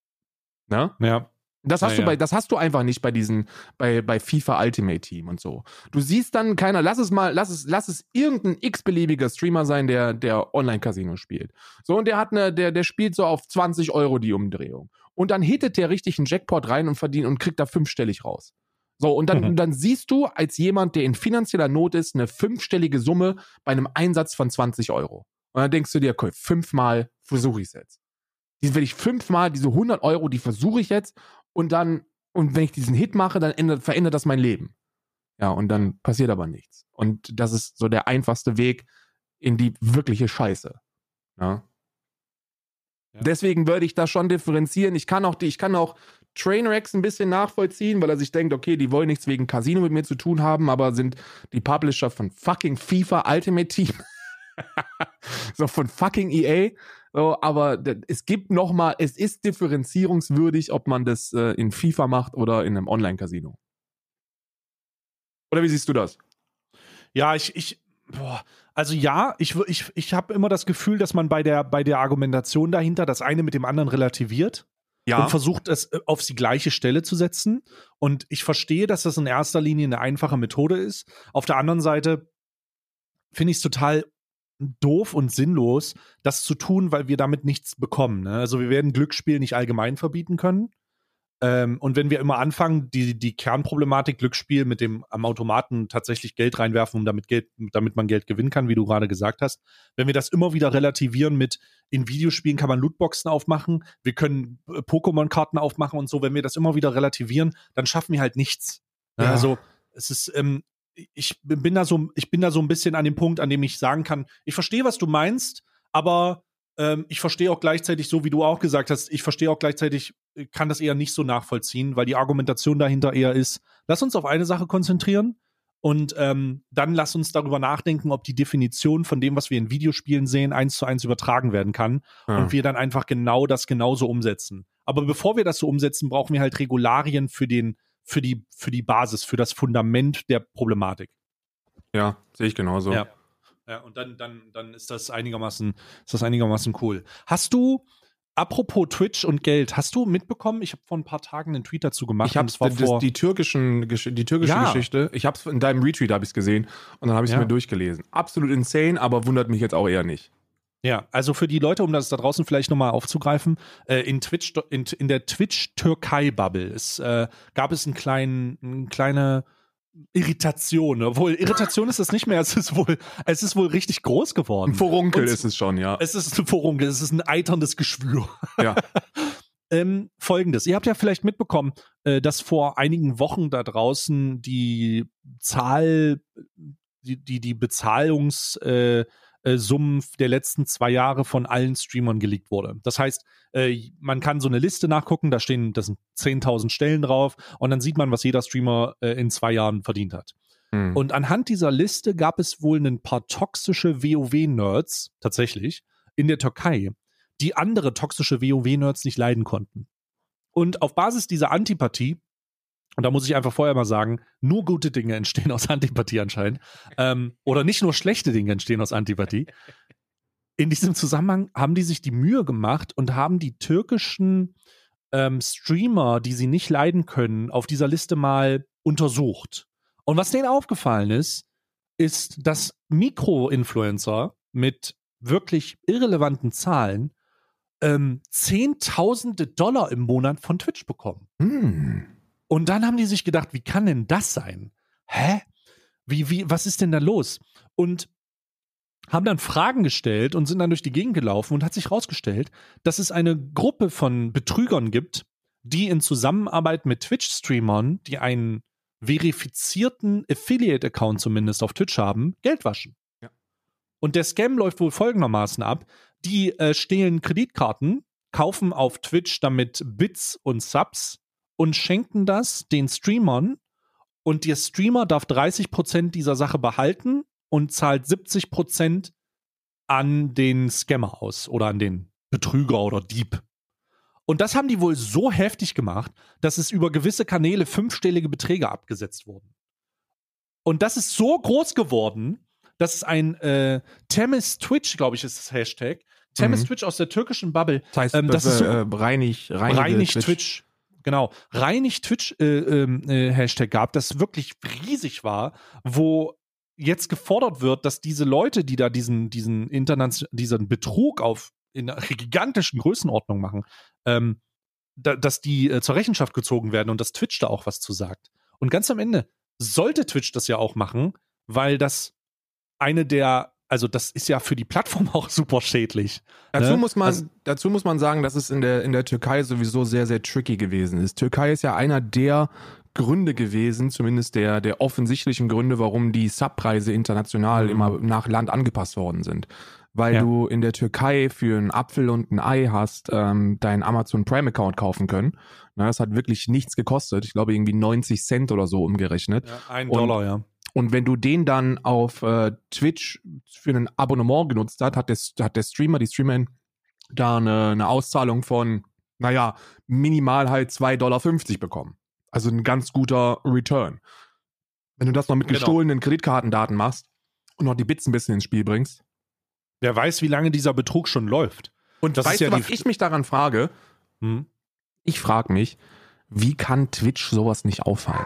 Ne? Ja. Das hast ja, du bei, ja. das hast du einfach nicht bei diesen, bei, bei FIFA Ultimate Team und so. Du siehst dann keiner, lass es mal, lass es, lass es irgendein x-beliebiger Streamer sein, der, der Online-Casino spielt. So, und der hat eine, der, der spielt so auf zwanzig Euro die Umdrehung. Und dann hittet der richtig einen Jackpot rein und verdient und kriegt da fünfstellig raus. So, und dann, mhm. dann siehst du als jemand, der in finanzieller Not ist, eine fünfstellige Summe bei einem Einsatz von zwanzig Euro. Und dann denkst du dir, okay, fünfmal versuche ich es jetzt. Die will ich fünfmal, diese hundert Euro, die versuche ich jetzt und dann, und wenn ich diesen Hit mache, dann ändert, verändert das mein Leben. Ja, und dann passiert aber nichts. Und das ist so der einfachste Weg in die wirkliche Scheiße. Ja. Ja. Deswegen würde ich da schon differenzieren. Ich kann auch, die, ich kann auch Trainwrecks ein bisschen nachvollziehen, weil er sich denkt, okay, die wollen nichts wegen Casino mit mir zu tun haben, aber sind die Publisher von fucking FIFA Ultimate Team. So von fucking E A. So, aber es gibt nochmal, es ist differenzierungswürdig, ob man das äh, in FIFA macht oder in einem Online-Casino. Oder wie siehst du das? Ja, ich, ich, boah, also ja, ich, ich, ich habe immer das Gefühl, dass man bei der, bei der Argumentation dahinter das eine mit dem anderen relativiert. Ja. Und versucht, es auf die gleiche Stelle zu setzen. Und ich verstehe, dass das in erster Linie eine einfache Methode ist. Auf der anderen Seite finde ich es total doof und sinnlos, das zu tun, weil wir damit nichts bekommen. Ne? Also wir werden Glücksspiel nicht allgemein verbieten können. Ähm, und wenn wir immer anfangen, die, die Kernproblematik Glücksspiel mit dem am Automaten tatsächlich Geld reinwerfen, um damit Geld, damit man Geld gewinnen kann, wie du gerade gesagt hast, wenn wir das immer wieder relativieren mit in Videospielen kann man Lootboxen aufmachen, wir können äh, Pokémon-Karten aufmachen und so, wenn wir das immer wieder relativieren, dann schaffen wir halt nichts. Ja. Also es ist, ähm, ich bin da so, ich bin da so ein bisschen an dem Punkt, an dem ich sagen kann, ich verstehe, was du meinst, aber ähm, ich verstehe auch gleichzeitig, so wie du auch gesagt hast, ich verstehe auch gleichzeitig, kann das eher nicht so nachvollziehen, weil die Argumentation dahinter eher ist, lass uns auf eine Sache konzentrieren und ähm, dann lass uns darüber nachdenken, ob die Definition von dem, was wir in Videospielen sehen, eins zu eins übertragen werden kann ja. und wir dann einfach genau das genauso umsetzen. Aber bevor wir das so umsetzen, brauchen wir halt Regularien für den, für die, für die Basis, für das Fundament der Problematik. Ja, sehe ich genauso. Ja, ja und dann, dann, dann ist das einigermaßen, ist das einigermaßen cool. Hast du Apropos Twitch und Geld, hast du mitbekommen? Ich habe vor ein paar Tagen einen Tweet dazu gemacht. Ich habe die, türkischen, die türkische ja. Geschichte, ich habe es in deinem Retweet habe ich es gesehen und dann habe ich es ja. mir durchgelesen. Absolut insane, aber wundert mich jetzt auch eher nicht. Ja, also für die Leute, um das da draußen vielleicht nochmal aufzugreifen, äh, in Twitch, in, in der Twitch-Türkei-Bubble äh, gab es einen kleinen, eine kleine Irritation, obwohl Irritation ist es nicht mehr, es ist wohl, es ist wohl richtig groß geworden. Ein Furunkel ist es schon, ja. Es ist ein Furunkel, es ist ein eiterndes Geschwür. Ja. ähm, Folgendes, ihr habt ja vielleicht mitbekommen, äh, dass vor einigen Wochen da draußen die Zahl, die, die, die Bezahlungs, äh, Summen der letzten zwei Jahre von allen Streamern geleakt wurde. Das heißt, äh, man kann so eine Liste nachgucken, da stehen, da sind zehntausend Stellen drauf und dann sieht man, was jeder Streamer äh, in zwei Jahren verdient hat. Hm. Und anhand dieser Liste gab es wohl ein paar toxische WoW-Nerds, tatsächlich, in der Türkei, die andere toxische WoW-Nerds nicht leiden konnten. Und auf Basis dieser Antipathie, und da muss ich einfach vorher mal sagen, nur gute Dinge entstehen aus Antipathie anscheinend, ähm, oder nicht nur schlechte Dinge entstehen aus Antipathie. In diesem Zusammenhang haben die sich die Mühe gemacht und haben die türkischen ähm, Streamer, die sie nicht leiden können, auf dieser Liste mal untersucht. Und was denen aufgefallen ist, ist, dass Mikro-Influencer mit wirklich irrelevanten Zahlen ähm, Zehntausende Dollar im Monat von Twitch bekommen. Hm. Und dann haben die sich gedacht, wie kann denn das sein? Hä? Wie, wie, was ist denn da los? Und haben dann Fragen gestellt und sind dann durch die Gegend gelaufen und hat sich rausgestellt, dass es eine Gruppe von Betrügern gibt, die in Zusammenarbeit mit Twitch-Streamern, die einen verifizierten Affiliate-Account zumindest auf Twitch haben, Geld waschen. Ja. Und der Scam läuft wohl folgendermaßen ab. Die äh, stehlen Kreditkarten, kaufen auf Twitch damit Bits und Subs und schenken das den Streamern. Und der Streamer darf dreißig Prozent dieser Sache behalten und zahlt siebzig Prozent an den Scammer aus oder an den Betrüger oder Dieb. Und das haben die wohl so heftig gemacht, dass es über gewisse Kanäle fünfstellige Beträge abgesetzt wurden. Und das ist so groß geworden, dass es ein äh, Temiz Twitch, glaube ich, ist das Hashtag, Temiz Mhm. Twitch aus der türkischen Bubble. Das heißt, ähm, das, das ist so, äh, reinig, reinig, Reinig Twitch. Twitch. Genau, Reinig Twitch äh, äh, Hashtag gab, das wirklich riesig war, wo jetzt gefordert wird, dass diese Leute, die da diesen, diesen, Interna- diesen Betrug auf in einer gigantischen Größenordnung machen, ähm, da, dass die äh, zur Rechenschaft gezogen werden und dass Twitch da auch was zu sagt. Und ganz am Ende sollte Twitch das ja auch machen, weil das eine der, also das ist ja für die Plattform auch super schädlich. Dazu, ne? muss man, Also, dazu muss man sagen, dass es in der, in der Türkei sowieso sehr, sehr tricky gewesen ist. Türkei ist ja einer der Gründe gewesen, zumindest der, der offensichtlichen Gründe, warum die Subpreise international Mhm. immer nach Land angepasst worden sind. Weil Ja. du in der Türkei für einen Apfel und ein Ei hast ähm, deinen Amazon Prime Account kaufen können. Na, das hat wirklich nichts gekostet. Ich glaube irgendwie neunzig Cent oder so umgerechnet. ja, ein Und- Dollar, ja. Und wenn du den dann auf äh, Twitch für ein Abonnement genutzt hast, hat der, hat der Streamer, die Streamerin da eine, eine Auszahlung von, naja, minimal halt zwei Dollar fünfzig bekommen. Also ein ganz guter Return. Wenn du das noch mit Genau. gestohlenen Kreditkartendaten machst und noch die Bits ein bisschen ins Spiel bringst. Wer weiß, wie lange dieser Betrug schon läuft. Und Das weißt ist ja du, was die- ich mich daran frage? Hm? Ich frage mich, wie kann Twitch sowas nicht auffallen?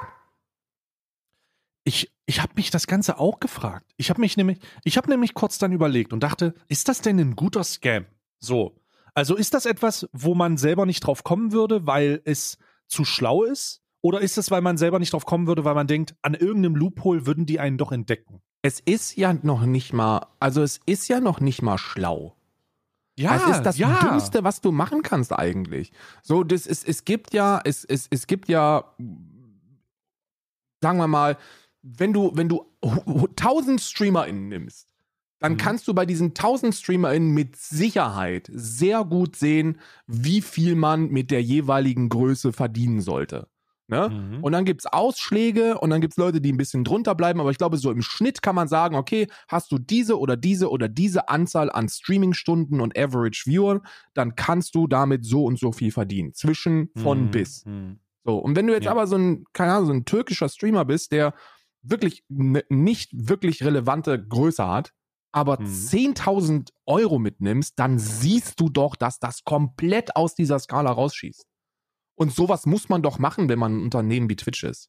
Ich, ich habe mich das Ganze auch gefragt. Ich habe mich nämlich, ich habe nämlich kurz dann überlegt und dachte, ist das denn ein guter Scam? So. Also ist das etwas, wo man selber nicht drauf kommen würde, weil es zu schlau ist? Oder ist es, weil man selber nicht drauf kommen würde, weil man denkt, an irgendeinem Loophole würden die einen doch entdecken? Es ist ja noch nicht mal, also es ist ja noch nicht mal schlau. Ja, Es ist das ja. Dümmste, was du machen kannst eigentlich. So, das ist, es gibt ja, es, es, es gibt ja, sagen wir mal, wenn du, wenn du tausend StreamerInnen nimmst, dann Mhm. kannst du bei diesen tausend StreamerInnen mit Sicherheit sehr gut sehen, wie viel man mit der jeweiligen Größe verdienen sollte. Ne? Mhm. Und dann gibt's Ausschläge und dann gibt's Leute, die ein bisschen drunter bleiben, aber ich glaube, so im Schnitt kann man sagen, okay, hast du diese oder diese oder diese Anzahl an Streamingstunden und Average Viewer, dann kannst du damit so und so viel verdienen. Zwischen von Mhm. bis. Mhm. So, und wenn du jetzt Ja. aber so ein, keine Ahnung, so ein türkischer Streamer bist, der wirklich ne, nicht wirklich relevante Größe hat, aber Mhm. zehntausend Euro mitnimmst, dann siehst du doch, dass das komplett aus dieser Skala rausschießt. Und sowas muss man doch machen, wenn man ein Unternehmen wie Twitch ist.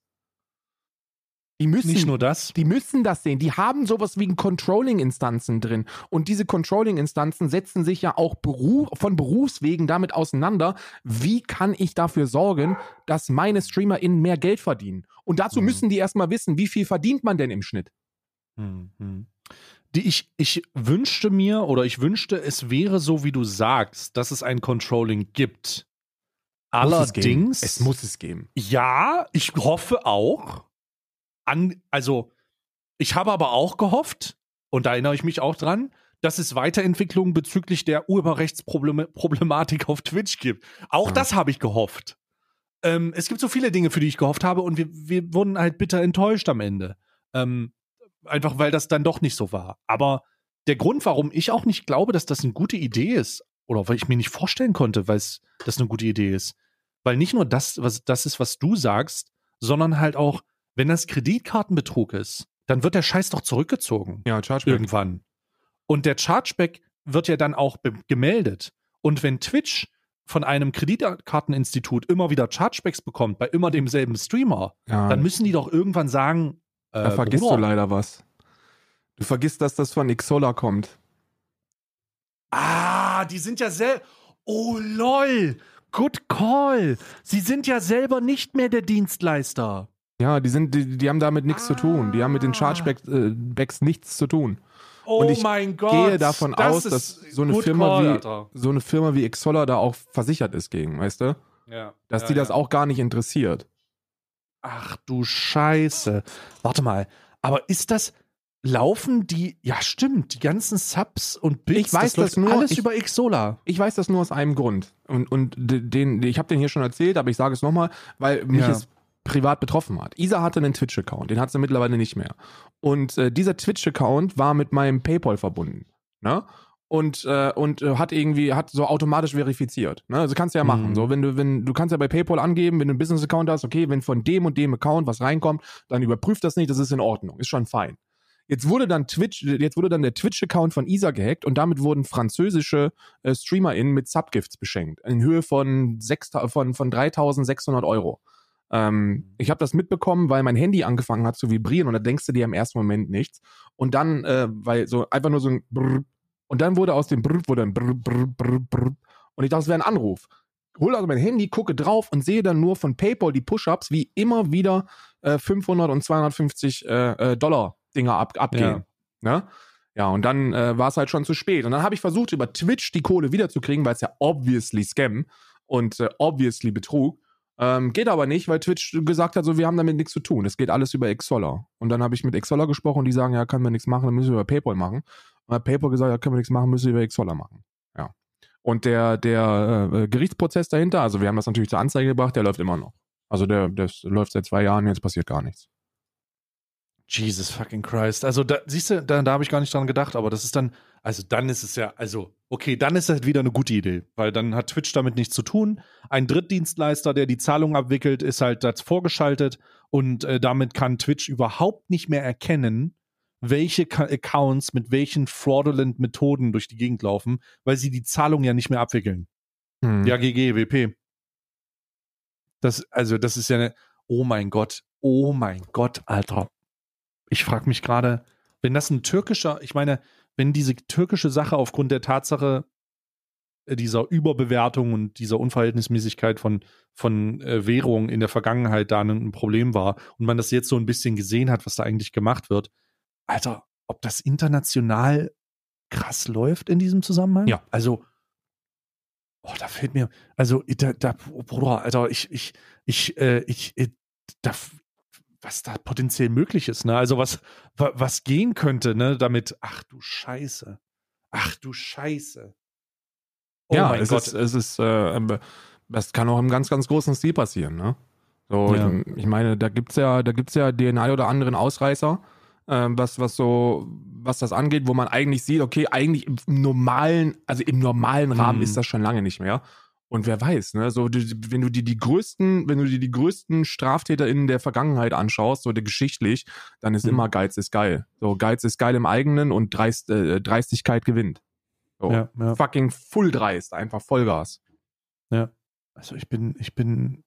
Die müssen, Nicht nur das. die müssen das sehen. Die haben sowas wie Controlling-Instanzen drin. Und diese Controlling-Instanzen setzen sich ja auch Beruf, von Berufswegen damit auseinander, wie kann ich dafür sorgen, dass meine StreamerInnen mehr Geld verdienen. Und dazu Mhm. müssen die erstmal wissen, wie viel verdient man denn im Schnitt. Mhm. Die ich, ich wünschte mir oder ich wünschte, es wäre so, wie du sagst, dass es ein Controlling gibt. Muss es geben. Allerdings, Es muss es geben. ja, ich hoffe auch, an, also ich habe aber auch gehofft, und da erinnere ich mich auch dran, dass es Weiterentwicklungen bezüglich der Urheberrechtsproblematik auf Twitch gibt. Auch Ja. das habe ich gehofft. Ähm, es gibt so viele Dinge, für die ich gehofft habe, und wir, wir wurden halt bitter enttäuscht am Ende. Ähm, einfach weil das dann doch nicht so war. Aber der Grund, warum ich auch nicht glaube, dass das eine gute Idee ist, oder weil ich mir nicht vorstellen konnte, weil es das eine gute Idee ist, weil nicht nur das, was das ist, was du sagst, sondern halt auch, wenn das Kreditkartenbetrug ist, dann wird der Scheiß doch zurückgezogen. Ja, Chargeback. Irgendwann. Und der Chargeback wird ja dann auch be- gemeldet. Und wenn Twitch von einem Kreditkarteninstitut immer wieder Chargebacks bekommt, bei immer demselben Streamer, Ja, dann müssen die doch irgendwann sagen, äh, da vergisst Bruder, du leider was. Du vergisst, dass das von Xsolla kommt. ah, die sind ja selber, oh lol, good call. Sie sind ja selber nicht mehr der Dienstleister. Ja, die sind, die, die haben damit nichts Ah. zu tun. Die haben mit den Chargebacks äh, Backs nichts zu tun. Oh Und ich mein Gott. gehe davon das aus, ist dass so eine good Firma call, wie Alter. so eine Firma wie Xsolla da auch versichert ist gegen, weißt du? Ja. Dass ja, die das ja. auch gar nicht interessiert. Ach du Scheiße. Warte mal, aber ist das, laufen die, ja stimmt, die ganzen Subs und Bits, Ich weiß das läuft das nur, alles ich- über Xsolla. Ich weiß das nur aus einem Grund. Und, und den, ich habe den hier schon erzählt, aber ich sage es nochmal, weil mich Ja. es privat betroffen hat. Isa hatte einen Twitch-Account, den hat sie mittlerweile nicht mehr. Und äh, dieser Twitch-Account war mit meinem PayPal verbunden. Ne? Und, äh, und äh, hat irgendwie, hat so automatisch verifiziert. Ne? Also kannst du ja machen. Mhm. So, wenn du, wenn, du kannst ja bei PayPal angeben, wenn du einen Business-Account hast, okay, wenn von dem und dem Account was reinkommt, dann überprüft das nicht, das ist in Ordnung, ist schon fein. Jetzt wurde dann Twitch, jetzt wurde dann der Twitch-Account von Isa gehackt und damit wurden französische äh, StreamerInnen mit Subgifts beschenkt. In Höhe von, sechs, von, von dreitausendsechshundert Euro. Ähm, ich habe das mitbekommen, weil mein Handy angefangen hat zu vibrieren und da denkst du dir im ersten Moment nichts. Und dann, äh, weil so einfach nur so ein Brrr, und dann wurde aus dem Brrr, wurde ein Brrr, Brrr, Brrr, Brrr. Und ich dachte, es wäre ein Anruf. Hole also mein Handy, gucke drauf und sehe dann nur von PayPal die Push-Ups, wie immer wieder äh, fünfhundert und zweihundertfünfzig äh, äh, Dollar Dinger ab, abgehen. Ja. Ne? Ja, und dann äh, war es halt schon zu spät. Und dann habe ich versucht, über Twitch die Kohle wiederzukriegen, weil es ja obviously Scam und äh, obviously Betrug. Ähm, geht aber nicht, weil Twitch gesagt hat, so, wir haben damit nichts zu tun. Es geht alles über Xsolla. Und dann habe ich mit Xsolla gesprochen und die sagen, ja, können wir nichts machen, dann müssen wir über PayPal machen. Und hat PayPal gesagt, ja, können wir nichts machen, müssen wir über Xsolla machen. Ja. Und der, der äh, Gerichtsprozess dahinter, also wir haben das natürlich zur Anzeige gebracht, der läuft immer noch. Also der, das läuft seit zwei Jahren, jetzt passiert gar nichts. Jesus fucking Christ. Also da, siehst du, da, da habe ich gar nicht dran gedacht, aber das ist dann, also dann ist es ja, also, okay, dann ist das wieder eine gute Idee, weil dann hat Twitch damit nichts zu tun. Ein Drittdienstleister, der die Zahlung abwickelt, ist halt dazu vorgeschaltet und äh, damit kann Twitch überhaupt nicht mehr erkennen, welche Ka- Accounts mit welchen fraudulent Methoden durch die Gegend laufen, weil sie die Zahlung ja nicht mehr abwickeln. Hm. Ja, G G, W P. Das, also, das ist ja eine, oh mein Gott, oh mein Gott, Alter. Ich frage mich gerade, wenn das ein türkischer, ich meine, wenn diese türkische Sache aufgrund der Tatsache äh, dieser Überbewertung und dieser Unverhältnismäßigkeit von, von äh, Währung in der Vergangenheit da ein, ein Problem war und man das jetzt so ein bisschen gesehen hat, was da eigentlich gemacht wird, Alter, ob das international krass läuft in diesem Zusammenhang? Ja. Also, oh, da fällt mir, also, da, da Bruder, Alter, ich, ich, ich, äh, ich, äh, da, was da potenziell möglich ist, ne? Also was, wa, was gehen könnte, ne, damit, ach du Scheiße. Ach du Scheiße. Oh ja, mein es Gott. ist, es ist, äh, das kann auch im ganz, ganz großen Stil passieren, ne? So, Ja. ich, ich meine, da gibt's ja, da gibt's ja den ein oder anderen Ausreißer, äh, was, was so, was das angeht, wo man eigentlich sieht, okay, eigentlich im normalen, also im normalen Rahmen Mhm. ist das schon lange nicht mehr. Und wer weiß, ne, so, du, wenn du dir die größten, wenn du dir die größten StraftäterInnen der Vergangenheit anschaust, so der geschichtlich, dann ist Mhm. immer Geiz ist geil. So, Geiz ist geil im eigenen und Dreist, äh, Dreistigkeit gewinnt. So, Ja, ja. fucking full dreist, einfach Vollgas. Ja. Also ich bin, ich bin.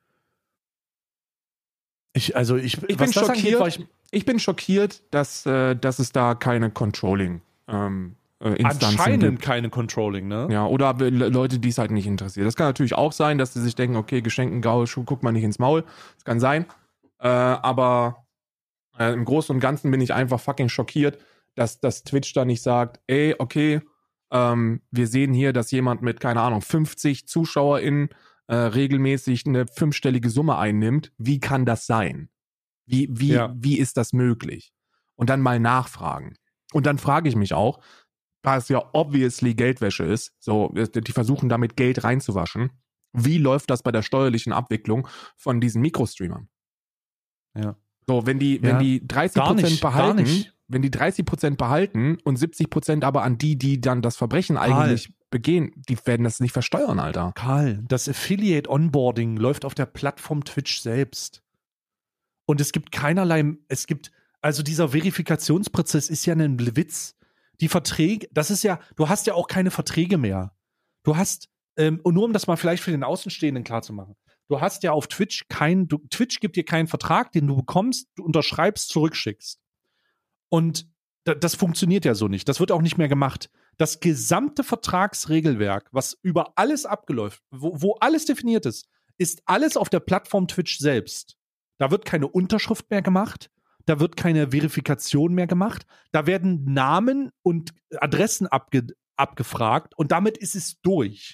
Ich, also ich, Ich was bin das angeht, schockiert. war ich Ich bin schockiert, dass, äh, dass es da keine Controlling ähm, äh, Instanzen anscheinend gibt. keine Controlling, ne? Ja, oder Le- Leute, die es halt nicht interessiert. Das kann natürlich auch sein, dass sie sich denken, okay, geschenkten Gaul, guck mal nicht ins Maul. Das kann sein. Äh, aber äh, im Großen und Ganzen bin ich einfach fucking schockiert, dass, dass Twitch da nicht sagt, ey, okay, ähm, wir sehen hier, dass jemand mit, keine Ahnung, fünfzig ZuschauerInnen äh, regelmäßig eine fünfstellige Summe einnimmt. Wie kann das sein? Wie, wie, Ja. wie ist das möglich? Und dann mal nachfragen. Und dann frage ich mich auch, da es ja obviously Geldwäsche ist, so, die versuchen damit Geld reinzuwaschen, wie läuft das bei der steuerlichen Abwicklung von diesen Mikrostreamern? Ja. So, wenn die, Ja. wenn die dreißig Gar Prozent nicht, gar behalten, nicht. wenn die dreißig Prozent behalten und siebzig Prozent aber an die, die dann das Verbrechen Karl. eigentlich begehen, die werden das nicht versteuern, Alter. Karl, das Affiliate Onboarding läuft auf der Plattform Twitch selbst. Und es gibt keinerlei, es gibt, also dieser Verifikationsprozess ist ja ein Witz. Die Verträge, das ist ja, du hast ja auch keine Verträge mehr. Du hast, ähm, und nur um das mal vielleicht für den Außenstehenden klarzumachen, du hast ja auf Twitch kein, du, Twitch gibt dir keinen Vertrag, den du bekommst, du unterschreibst, zurückschickst. Und da, das funktioniert ja so nicht. Das wird auch nicht mehr gemacht. Das gesamte Vertragsregelwerk, was über alles abgeläuft, wo, wo alles definiert ist, ist alles auf der Plattform Twitch selbst. Da wird keine Unterschrift mehr gemacht. Da wird keine Verifikation mehr gemacht. Da werden Namen und Adressen abge, abgefragt und damit ist es durch.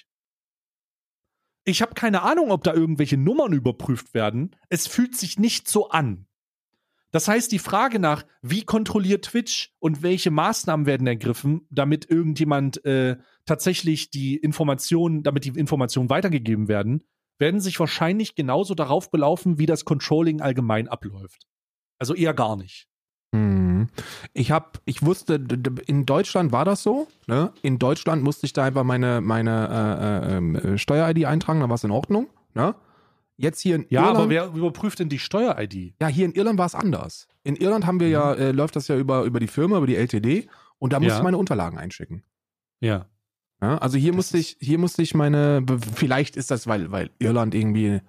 Ich habe keine Ahnung, ob da irgendwelche Nummern überprüft werden. Es fühlt sich nicht so an. Das heißt, die Frage nach, wie kontrolliert Twitch und welche Maßnahmen werden ergriffen, damit irgendjemand äh, tatsächlich die Informationen, damit die Informationen weitergegeben werden, werden sich wahrscheinlich genauso darauf belaufen, wie das Controlling allgemein abläuft. Also eher gar nicht. Hm. Ich hab, ich wusste, in Deutschland war das so, ne? In Deutschland musste ich da einfach meine, meine äh, äh, Steuer-I D eintragen, dann war es in Ordnung, ne? Jetzt hier in Ja, Irland, aber wer überprüft denn die Steuer-I D? ja, hier in Irland war es anders. In Irland haben wir ja, äh, läuft das ja über, über die Firma, über die L T D und da musste Ja. ich meine Unterlagen einschicken. Ja. Ja, also hier Das musste ich, hier musste ich meine, vielleicht ist das, weil, weil Irland irgendwie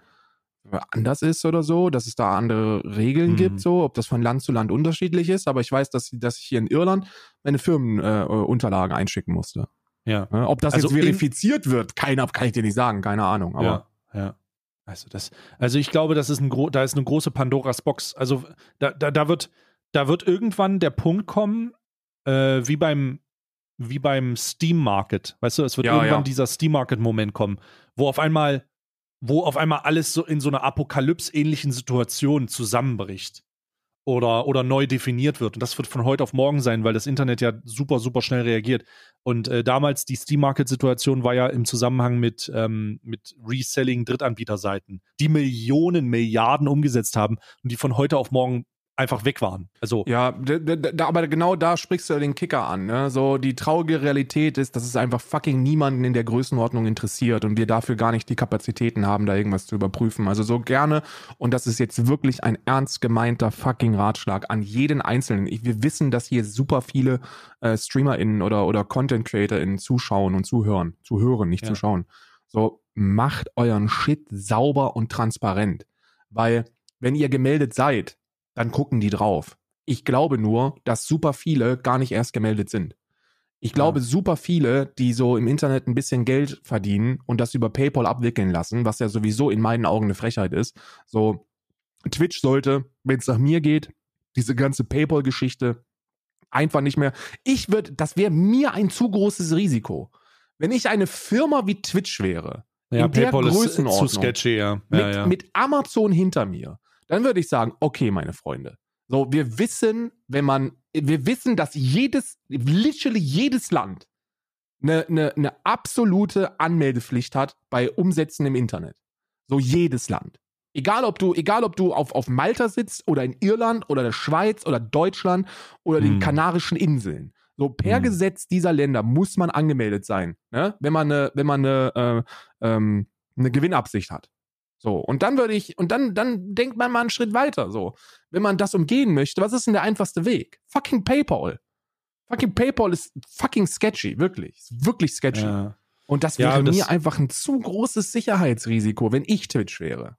anders ist oder so, dass es da andere Regeln Hm. gibt, so, ob das von Land zu Land unterschiedlich ist, aber ich weiß, dass, dass ich hier in Irland meine Firmenunterlagen äh, Unterlagen einschicken musste. Ja. Ja, ob das Also jetzt in- verifiziert wird, keiner, kann ich dir nicht sagen, keine Ahnung, aber ja, ja. Also das, also ich glaube, das ist ein gro- da ist eine große Pandoras Box. Also da, da, da wird, da wird irgendwann der Punkt kommen, äh, wie beim, wie beim Steam Market. Weißt du, es wird Ja, irgendwann ja. dieser Steam Market Moment kommen, wo auf einmal, wo auf einmal alles so in so einer Apokalypse-ähnlichen Situation zusammenbricht. Oder, oder neu definiert wird. Und das wird von heute auf morgen sein, weil das Internet ja super, super schnell reagiert. Und äh, damals die Steam-Market-Situation war ja im Zusammenhang mit, ähm, mit Reselling Drittanbieterseiten, die Millionen, Milliarden umgesetzt haben und die von heute auf morgen einfach weg waren. Also, ja, d- d- d- aber genau da sprichst du ja den Kicker an, ne? So, die traurige Realität ist, dass es einfach fucking niemanden in der Größenordnung interessiert und wir dafür gar nicht die Kapazitäten haben, da irgendwas zu überprüfen. Also so gerne, und das ist jetzt wirklich ein ernst gemeinter fucking Ratschlag an jeden Einzelnen. Ich, wir wissen, dass hier super viele äh, StreamerInnen oder, oder Content-CreatorInnen zuschauen und zuhören. Zuhören, nicht Ja. zuschauen. So, macht euren Shit sauber und transparent. Weil, wenn ihr gemeldet seid, dann gucken die drauf. Ich glaube nur, dass super viele gar nicht erst gemeldet sind. Ich glaube, Ja. super viele, die so im Internet ein bisschen Geld verdienen und das über PayPal abwickeln lassen, was ja sowieso in meinen Augen eine Frechheit ist. So, Twitch sollte, wenn es nach mir geht, diese ganze PayPal-Geschichte einfach nicht mehr. Ich würde, das wäre mir ein zu großes Risiko. Wenn ich eine Firma wie Twitch wäre, ja, in der PayPal ist Größenordnung, zu sketchy, ja. mit, ja, ja. mit Amazon hinter mir, dann würde ich sagen, okay, meine Freunde. So, wir wissen, wenn man, wir wissen, dass jedes, literally jedes Land eine, eine, eine absolute Anmeldepflicht hat bei Umsätzen im Internet. So jedes Land. Egal ob du, egal ob du auf, auf Malta sitzt oder in Irland oder der Schweiz oder Deutschland oder den Hm. Kanarischen Inseln. So per Hm. Gesetz dieser Länder muss man angemeldet sein, ne? Wenn man eine, wenn man eine, äh, ähm, eine Gewinnabsicht hat. So, und dann würde ich, und dann, dann denkt man mal einen Schritt weiter. So, wenn man das umgehen möchte, was ist denn der einfachste Weg? Fucking PayPal. Fucking PayPal ist fucking sketchy, wirklich. Ist wirklich sketchy. Ja. Und das Ja, wäre das- mir einfach ein zu großes Sicherheitsrisiko, wenn ich Twitch wäre.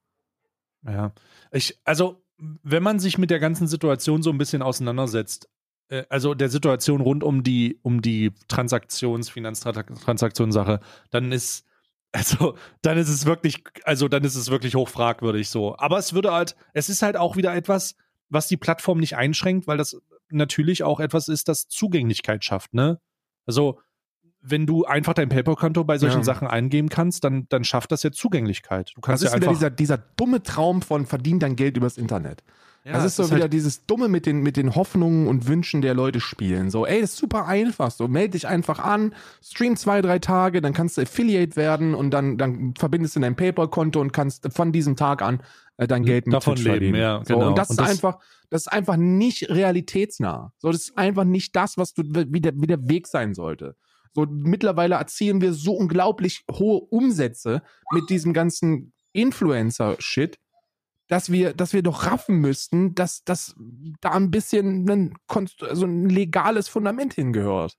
Ja, ich, also, wenn man sich mit der ganzen Situation so ein bisschen auseinandersetzt, äh, also der Situation rund um die, um die Transaktions-, Finanztransaktionssache, dann ist, also, dann ist es wirklich, also, dann ist es wirklich hochfragwürdig so. Aber es würde halt, es ist halt auch wieder etwas, was die Plattform nicht einschränkt, weil das natürlich auch etwas ist, das Zugänglichkeit schafft, ne? Also, wenn du einfach dein PayPal-Konto bei solchen Ja. Sachen eingeben kannst, dann, dann schafft das ja Zugänglichkeit. Du Das kannst ist ja wieder einfach, dieser, dieser dumme Traum von verdien dein Geld übers Internet. Ja, das ist so ist wieder halt, dieses Dumme mit den, mit den Hoffnungen und Wünschen der Leute spielen. So, ey, das ist super einfach. So, melde dich einfach an, stream zwei, drei Tage, dann kannst du Affiliate werden und dann, dann verbindest du dein PayPal-Konto und kannst von diesem Tag an äh, dein Geld mit davon Twitch leben, verdienen. ja, So, genau. und das Und ist das- einfach, das ist einfach nicht realitätsnah. So, das ist einfach nicht das, was du, wie der, wie der Weg sein sollte. So, mittlerweile erzielen wir so unglaublich hohe Umsätze mit diesem ganzen Influencer-Shit, dass wir, dass wir doch raffen müssten, dass, dass da ein bisschen ein, Konst- also ein legales Fundament hingehört.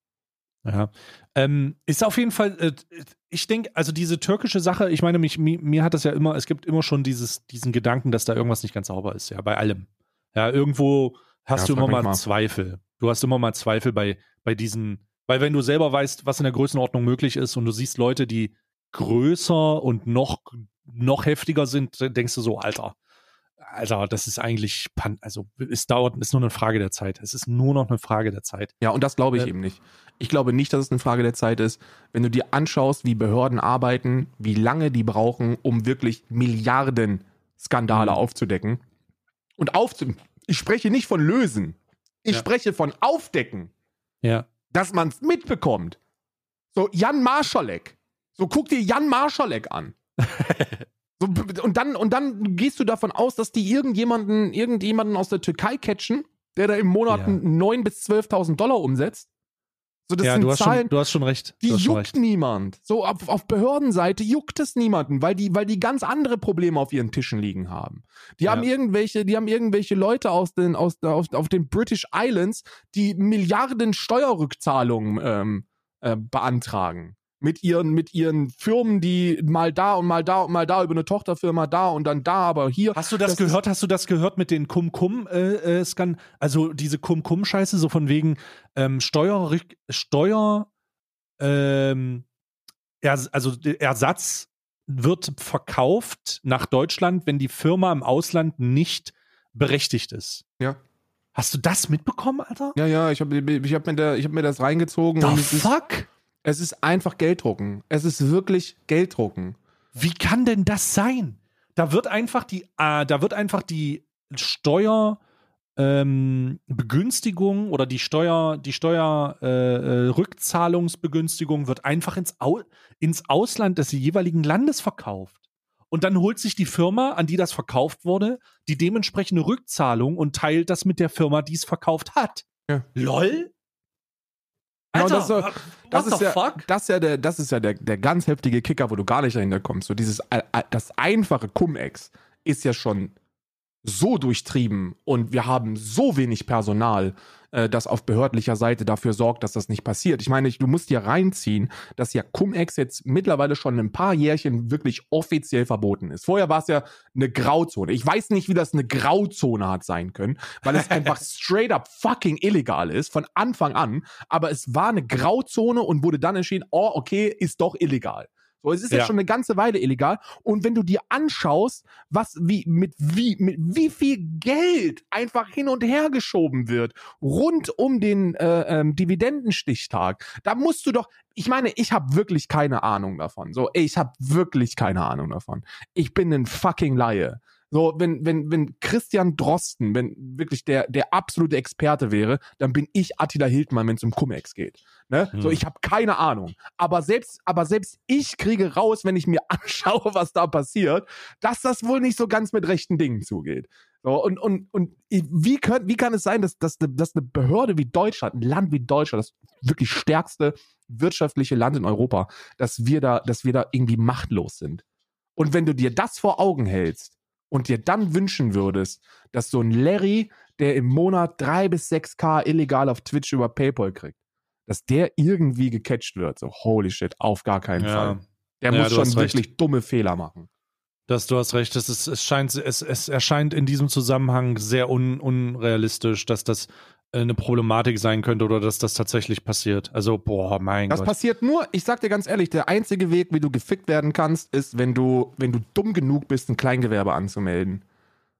Ja. Ähm, ist auf jeden Fall, äh, ich denke, also diese türkische Sache, ich meine, mich, mir, mir hat das ja immer, es gibt immer schon dieses, diesen Gedanken, dass da irgendwas nicht ganz sauber ist, ja, bei allem. Ja, irgendwo hast Ja, du immer frag mich mal, mal. Zweifel. Du hast immer mal Zweifel bei, bei diesen, weil wenn du selber weißt, was in der Größenordnung möglich ist und du siehst Leute, die größer und noch, noch heftiger sind, dann denkst du so, Alter, Alter, das ist eigentlich, pan- also es dauert, ist nur eine Frage der Zeit. Es ist nur noch eine Frage der Zeit. Ja, und das glaube ich Äh, eben nicht. Ich glaube nicht, dass es eine Frage der Zeit ist. Wenn du dir anschaust, wie Behörden arbeiten, wie lange die brauchen, um wirklich Milliarden Skandale Mhm. aufzudecken. Und aufzu... Ich spreche nicht von lösen. Ich Ja. spreche von aufdecken, Ja. dass man es mitbekommt. So, Jan Marschalek. So, guck dir Jan Marschalek an. So, und, dann, und dann gehst du davon aus, dass die irgendjemanden, irgendjemanden aus der Türkei catchen, der da im Monat Ja. neuntausend bis zwölftausend Dollar umsetzt. So, das ja, sind du hast, Zahlen, schon, du hast schon recht. die du hast schon juckt recht. niemand. So, auf, auf Behördenseite juckt es niemanden, weil die, weil die ganz andere Probleme auf ihren Tischen liegen haben. Die Ja. haben irgendwelche, die haben irgendwelche Leute aus den, aus, auf, auf den British Islands, die Milliarden Steuerrückzahlungen ähm, äh, beantragen. Mit ihren, mit ihren Firmen, die mal da und mal da und mal da über eine Tochterfirma da und dann da, aber hier. Hast du das, Das gehört? Hast du das gehört mit den Kum-Kum-Scan? Also diese Kum-Kum-Scheiße, so von wegen ähm, Steuer, Steuer, ähm, er, also der Ersatz wird verkauft nach Deutschland, wenn die Firma im Ausland nicht berechtigt ist. Ja. Hast du das mitbekommen, Alter? Ja, ja, ich habe ich hab mir, da- ich hab mir das reingezogen. The und es ist, fuck? es ist einfach Gelddrucken. Es ist wirklich Gelddrucken. Wie kann denn das sein? Da wird einfach die, äh, da wird einfach die Steuer ähm, Begünstigung oder die Steuer, die Steuerrückzahlungsbegünstigung äh, wird einfach ins, Au ins Ausland des jeweiligen Landes verkauft. Und dann holt sich die Firma, an die das verkauft wurde, die dementsprechende Rückzahlung und teilt das mit der Firma, die es verkauft hat. Ja. LOL? Ja, und Alter, das ist ja- what Das the ist ja, fuck? das ist ja, der, das ist ja der, der ganz heftige Kicker, wo du gar nicht dahinter kommst. So dieses, äh, äh, das einfache Cum-Ex ist ja schon so durchtrieben und wir haben so wenig Personal, äh, das auf behördlicher Seite dafür sorgt, dass das nicht passiert. Ich meine, ich, du musst dir reinziehen, dass ja Cum-Ex jetzt mittlerweile schon ein paar Jährchen wirklich offiziell verboten ist. Vorher war es ja eine Grauzone. Ich weiß nicht, wie das eine Grauzone hat sein können, weil es einfach straight up fucking illegal ist, von Anfang an. Aber es war eine Grauzone und wurde dann entschieden, oh, okay, ist doch illegal. So, es ist Ja. jetzt schon eine ganze Weile illegal. Und wenn du dir anschaust, was, wie, mit wie, mit wie viel Geld einfach hin und her geschoben wird, rund um den äh, ähm, Dividendenstichtag, da musst du doch, ich meine, ich habe wirklich keine Ahnung davon. So, ey, ich habe wirklich keine Ahnung davon. Ich bin ein fucking Laie. So, wenn, wenn, wenn Christian Drosten, wenn wirklich der, der absolute Experte wäre, dann bin ich Attila Hildmann, wenn es um Cum-Ex geht. Ne? Hm. So, ich habe keine Ahnung. Aber selbst, aber selbst ich kriege raus, wenn ich mir anschaue, was da passiert, dass das wohl nicht so ganz mit rechten Dingen zugeht. So, und, und, und wie, könnt, wie kann es sein, dass, dass, dass eine Behörde wie Deutschland, ein Land wie Deutschland, das wirklich stärkste wirtschaftliche Land in Europa, dass wir da, dass wir da irgendwie machtlos sind? Und wenn du dir das vor Augen hältst und dir dann wünschen würdest, dass so ein Larry, der im Monat drei bis sechs K illegal auf Twitch über PayPal kriegt, dass der irgendwie gecatcht wird, so holy shit, auf gar keinen Ja. Fall. Der Ja, muss du schon hast recht. wirklich dumme Fehler machen. Das, du hast recht, das ist, es, scheint, es, es erscheint in diesem Zusammenhang sehr un, unrealistisch, dass das äh, eine Problematik sein könnte oder dass das tatsächlich passiert. Also, boah, mein Das Gott. passiert nur, ich sag dir ganz ehrlich, der einzige Weg, wie du gefickt werden kannst, ist, wenn du, wenn du dumm genug bist, ein Kleingewerbe anzumelden.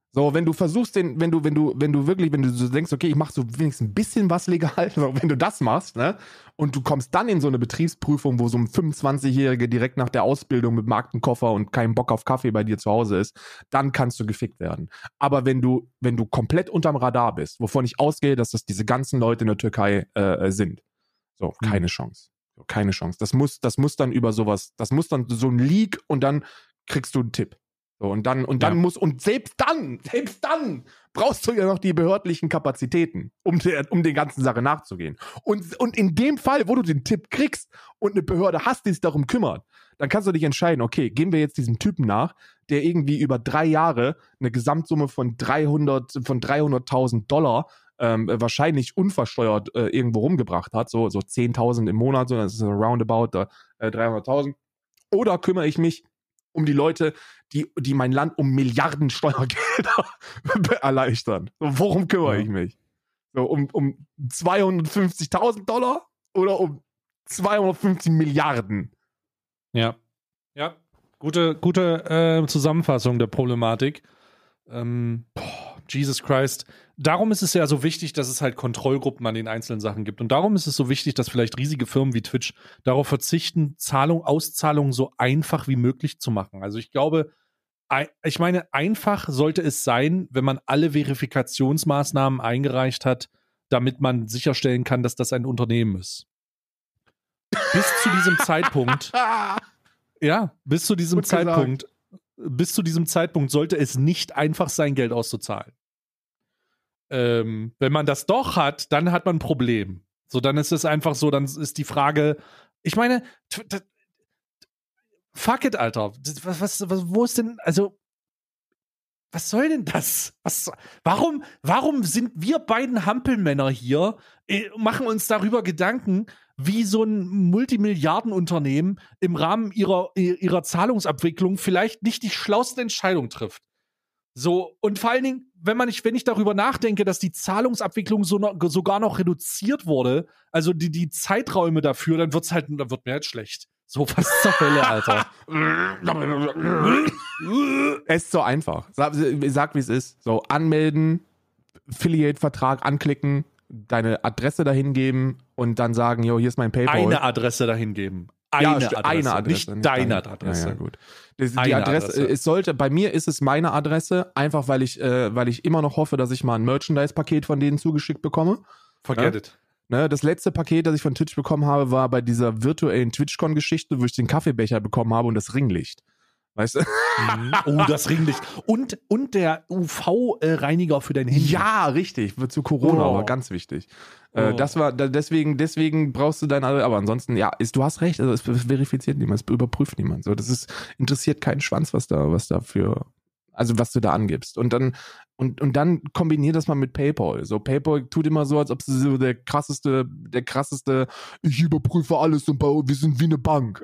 So, wenn du versuchst, den, wenn du, wenn du, wenn du wirklich, wenn du so denkst, okay, ich mach so wenigstens ein bisschen was legal, so, wenn du das machst, ne, und du kommst dann in so eine Betriebsprüfung, wo so ein fünfundzwanzigjähriger direkt nach der Ausbildung mit Markenkoffer und keinen Bock auf Kaffee bei dir zu Hause ist, dann kannst du gefickt werden. Aber wenn du, wenn du komplett unterm Radar bist, wovon ich ausgehe, dass das diese ganzen Leute in der Türkei äh, sind, so, keine mhm. Chance. So, keine Chance. Das muss, das muss dann über sowas, das muss dann so ein Leak und dann kriegst du einen Tipp. So, und dann, und dann ja. muss, und selbst dann, selbst dann brauchst du ja noch die behördlichen Kapazitäten, um, der, um den ganzen Sache nachzugehen. Und, und in dem Fall, wo du den Tipp kriegst und eine Behörde hast, die sich darum kümmert, dann kannst du dich entscheiden, okay, gehen wir jetzt diesem Typen nach, der irgendwie über drei Jahre eine Gesamtsumme von dreihundert, von dreihunderttausend Dollar ähm, wahrscheinlich unversteuert äh, irgendwo rumgebracht hat, so, so zehntausend im Monat, so, das ist roundabout äh, dreihunderttausend. Oder kümmere ich mich um die Leute, die, die mein Land um Milliarden Steuergelder erleichtern. So, worum kümmere ja. ich mich? So, um, um zweihundertfünfzigtausend Dollar oder um zweihundertfünfzig Milliarden? Ja. Ja. Gute, gute äh, Zusammenfassung der Problematik. Ähm, boah, Jesus Christ. Darum ist es ja so wichtig, dass es halt Kontrollgruppen an den einzelnen Sachen gibt. Und darum ist es so wichtig, dass vielleicht riesige Firmen wie Twitch darauf verzichten, Zahlung, Auszahlungen so einfach wie möglich zu machen. Also ich glaube, ich meine, einfach sollte es sein, wenn man alle Verifikationsmaßnahmen eingereicht hat, damit man sicherstellen kann, dass das ein Unternehmen ist. Bis zu diesem Zeitpunkt, ja, bis zu diesem Gut Zeitpunkt, gesagt. bis zu diesem Zeitpunkt sollte es nicht einfach sein, Geld auszuzahlen. Ähm, wenn man das doch hat, dann hat man ein Problem. So, dann ist es einfach so, dann ist die Frage, ich meine, t- t- fuck it, Alter. Was, was, was, wo ist denn, also, was soll denn das? Was, warum, warum sind wir beiden Hampelmänner hier, äh, machen uns darüber Gedanken, wie so ein Multimilliardenunternehmen im Rahmen ihrer, ihrer Zahlungsabwicklung vielleicht nicht die schlauste Entscheidung trifft? So, und vor allen Dingen, wenn man nicht, wenn ich darüber nachdenke, dass die Zahlungsabwicklung so noch, sogar noch reduziert wurde, also die, die Zeiträume dafür, dann wird's halt, dann wird mir halt schlecht. So, was zur Hölle, Alter. Es ist so einfach. Sag, sag wie es ist. So, anmelden, Affiliate-Vertrag anklicken, deine Adresse dahin geben und dann sagen, jo, hier ist mein PayPal. Eine Adresse dahin geben. Eine, ja, Adresse, eine Adresse, nicht, nicht deine deine. Adresse. Ja, ja, gut. Die, die Adresse, Adresse, es sollte, bei mir ist es meine Adresse, einfach weil ich, äh, weil ich immer noch hoffe, dass ich mal ein Merchandise-Paket von denen zugeschickt bekomme. Forget ja? it. Ne, das letzte Paket, das ich von Twitch bekommen habe, war bei dieser virtuellen TwitchCon-Geschichte, wo ich den Kaffeebecher bekommen habe und das Ringlicht. Weißt du? Oh, das Ringlicht. Und, und der U V-Reiniger für dein Handy. Ja, richtig. Zu Corona, oh. aber ganz wichtig. Oh. Äh, das war, deswegen, deswegen brauchst du deine, aber ansonsten, ja, ist, du hast recht, also es verifiziert niemand, es überprüft niemand. So, das ist, interessiert keinen Schwanz, was da, was da für, also was du da angibst. Und dann, und, und dann kombinier das mal mit PayPal. So, PayPal tut immer so, als ob sie so der krasseste, der krasseste, ich überprüfe alles und baue, wir sind wie eine Bank.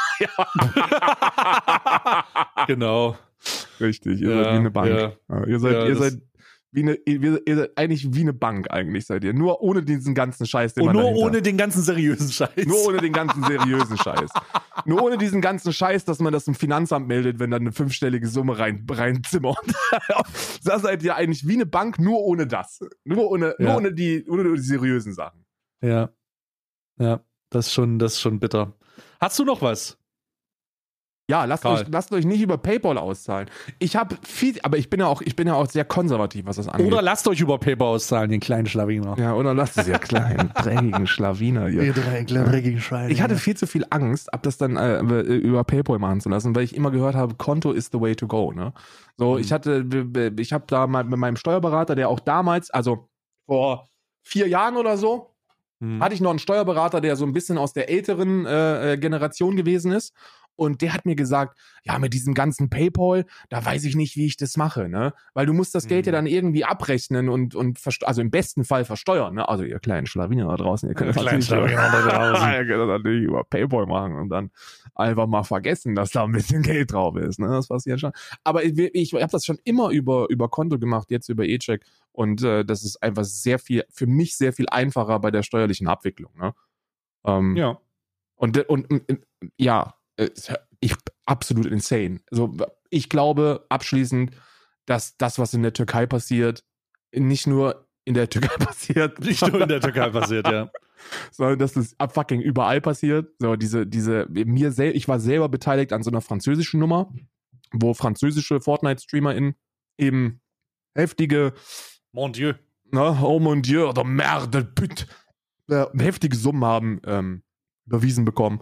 Genau. Richtig, ihr ja, seid wie eine Bank. Ja. Ja, ihr seid, ja, ihr seid wie eine, ihr, ihr seid eigentlich wie eine Bank eigentlich seid ihr. Nur ohne diesen ganzen Scheiß, den Und man nur dahinter. ohne den ganzen seriösen Scheiß. Nur ohne den ganzen seriösen Scheiß. Nur ohne diesen ganzen Scheiß, dass man das im Finanzamt meldet, wenn dann eine fünfstellige Summe rein, reinzimmert. Da seid ihr eigentlich wie eine Bank, nur ohne das. Nur ohne, ja. nur ohne die, ohne die seriösen Sachen. Ja. Ja, das ist schon, das ist schon bitter. Hast du noch was? Ja, lasst euch, lasst euch nicht über PayPal auszahlen. Ich habe viel, aber ich bin ja auch, ich bin ja auch sehr konservativ, was das angeht. Oder lasst euch über PayPal auszahlen, den kleinen Schlawiner. Ja, oder lasst es ja kleinen, dreckigen Schlawiner hier. Ihr dreckigen Schweine. Ich hatte viel zu viel Angst, ab das dann äh, über PayPal machen zu lassen, weil ich immer gehört habe, Konto is the way to go, ne? So, mhm. ich hatte, ich habe da mal mit meinem Steuerberater, der auch damals, also vor vier Jahren oder so, mhm. hatte ich noch einen Steuerberater, der so ein bisschen aus der älteren äh, Generation gewesen ist. Und der hat mir gesagt, ja, mit diesem ganzen PayPal, da weiß ich nicht, wie ich das mache, ne? Weil du musst das Geld mhm. ja dann irgendwie abrechnen und, und verste- also im besten Fall versteuern, ne? Also ihr kleinen Schlawiner da draußen, ihr könnt das natürlich, da ihr könnt das natürlich über PayPal machen und dann einfach mal vergessen, dass da ein bisschen Geld drauf ist, ne? Das passiert schon. Aber ich, ich, ich habe das schon immer über, über Konto gemacht, jetzt über E-Check und äh, das ist einfach sehr viel, für mich sehr viel einfacher bei der steuerlichen Abwicklung, ne? Ähm, ja. Und, und, und ja, ich absolut insane. Also ich glaube abschließend, dass das, was in der Türkei passiert, nicht nur in der Türkei passiert. Nicht nur in der Türkei passiert, ja. Sondern dass das fucking überall passiert. So, diese, diese, mir sel- ich war selber beteiligt an so einer französischen Nummer, wo französische Fortnite-StreamerInnen eben heftige, Mon Dieu. ne, oh mon Dieu, oder merde, püt, äh, heftige Summen haben ähm, überwiesen bekommen.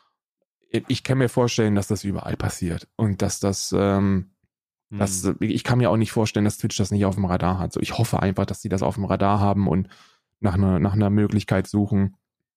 Ich kann mir vorstellen, dass das überall passiert. Und dass das, ähm, Hm. das, ich kann mir auch nicht vorstellen, dass Twitch das nicht auf dem Radar hat. So, ich hoffe einfach, dass die das auf dem Radar haben und nach einer, nach einer Möglichkeit suchen,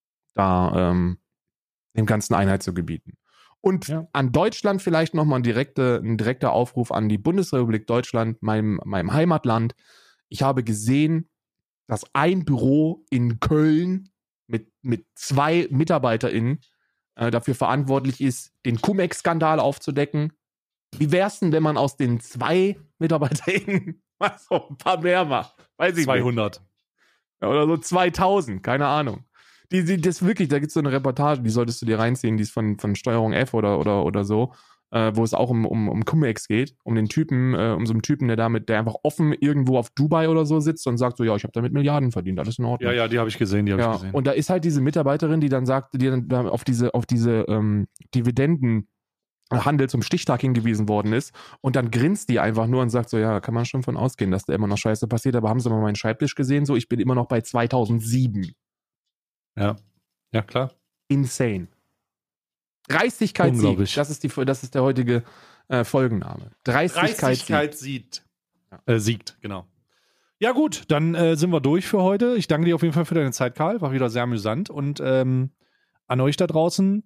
da ähm, dem Ganzen Einhalt zu gebieten. Und Ja. an Deutschland vielleicht nochmal ein, direkte, ein direkter Aufruf an die Bundesrepublik Deutschland, meinem, meinem Heimatland. Ich habe gesehen, dass ein Büro in Köln mit, mit zwei MitarbeiterInnen äh, dafür verantwortlich ist, den Cum-Ex-Skandal aufzudecken. Wie wär's denn, wenn man aus den zwei MitarbeiterInnen mal so ein paar mehr macht? Weiß ich zweihundert. nicht. Ja, oder so zweitausend, keine Ahnung. Die, die, das wirklich, da gibt's so eine Reportage, die solltest du dir reinziehen, die ist von, von Steuerung F oder, oder, oder so, äh, wo es auch um, um, um Cum-Ex geht, um den Typen, äh, um so einen Typen, der damit, der einfach offen irgendwo auf Dubai oder so sitzt und sagt so, ja, ich habe damit Milliarden verdient, alles in Ordnung. Ja, ja, die habe ich gesehen, die habe Ja, ich gesehen. und da ist halt diese Mitarbeiterin, die dann sagt, die dann da auf diese, auf diese ähm, Dividenden Handel zum Stichtag hingewiesen worden ist und dann grinst die einfach nur und sagt so, ja, kann man schon von ausgehen, dass da immer noch Scheiße passiert, aber haben sie mal meinen Schreibtisch gesehen, so, ich bin immer noch bei zweitausendsieben. Ja, ja klar. Insane. Dreistigkeit Unglaublich. siegt, das ist, die, das ist der heutige äh, Folgenname. Dreistigkeit, Dreistigkeit siegt. siegt. Äh, siegt, genau. Ja gut, dann äh, sind wir durch für heute. Ich danke dir auf jeden Fall für deine Zeit, Karl. War wieder sehr amüsant. Und ähm, an euch da draußen,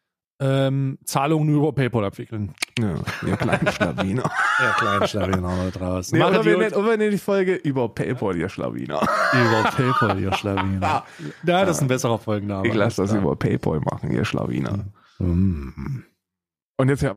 ähm, Zahlungen nur über PayPal abwickeln. Ja, ihr kleinen Schlawiner. Ja, kleinen Schlawiner da draußen. Nee, Macht oder, wir gut. nennen, oder wir nennen die Folge über PayPal, ihr Schlawiner. Über PayPal, ihr Schlawiner. Ja, das ist ein besserer Folgenname. Ich lasse das über PayPal machen, ihr Schlawiner. Mm. Und jetzt ja.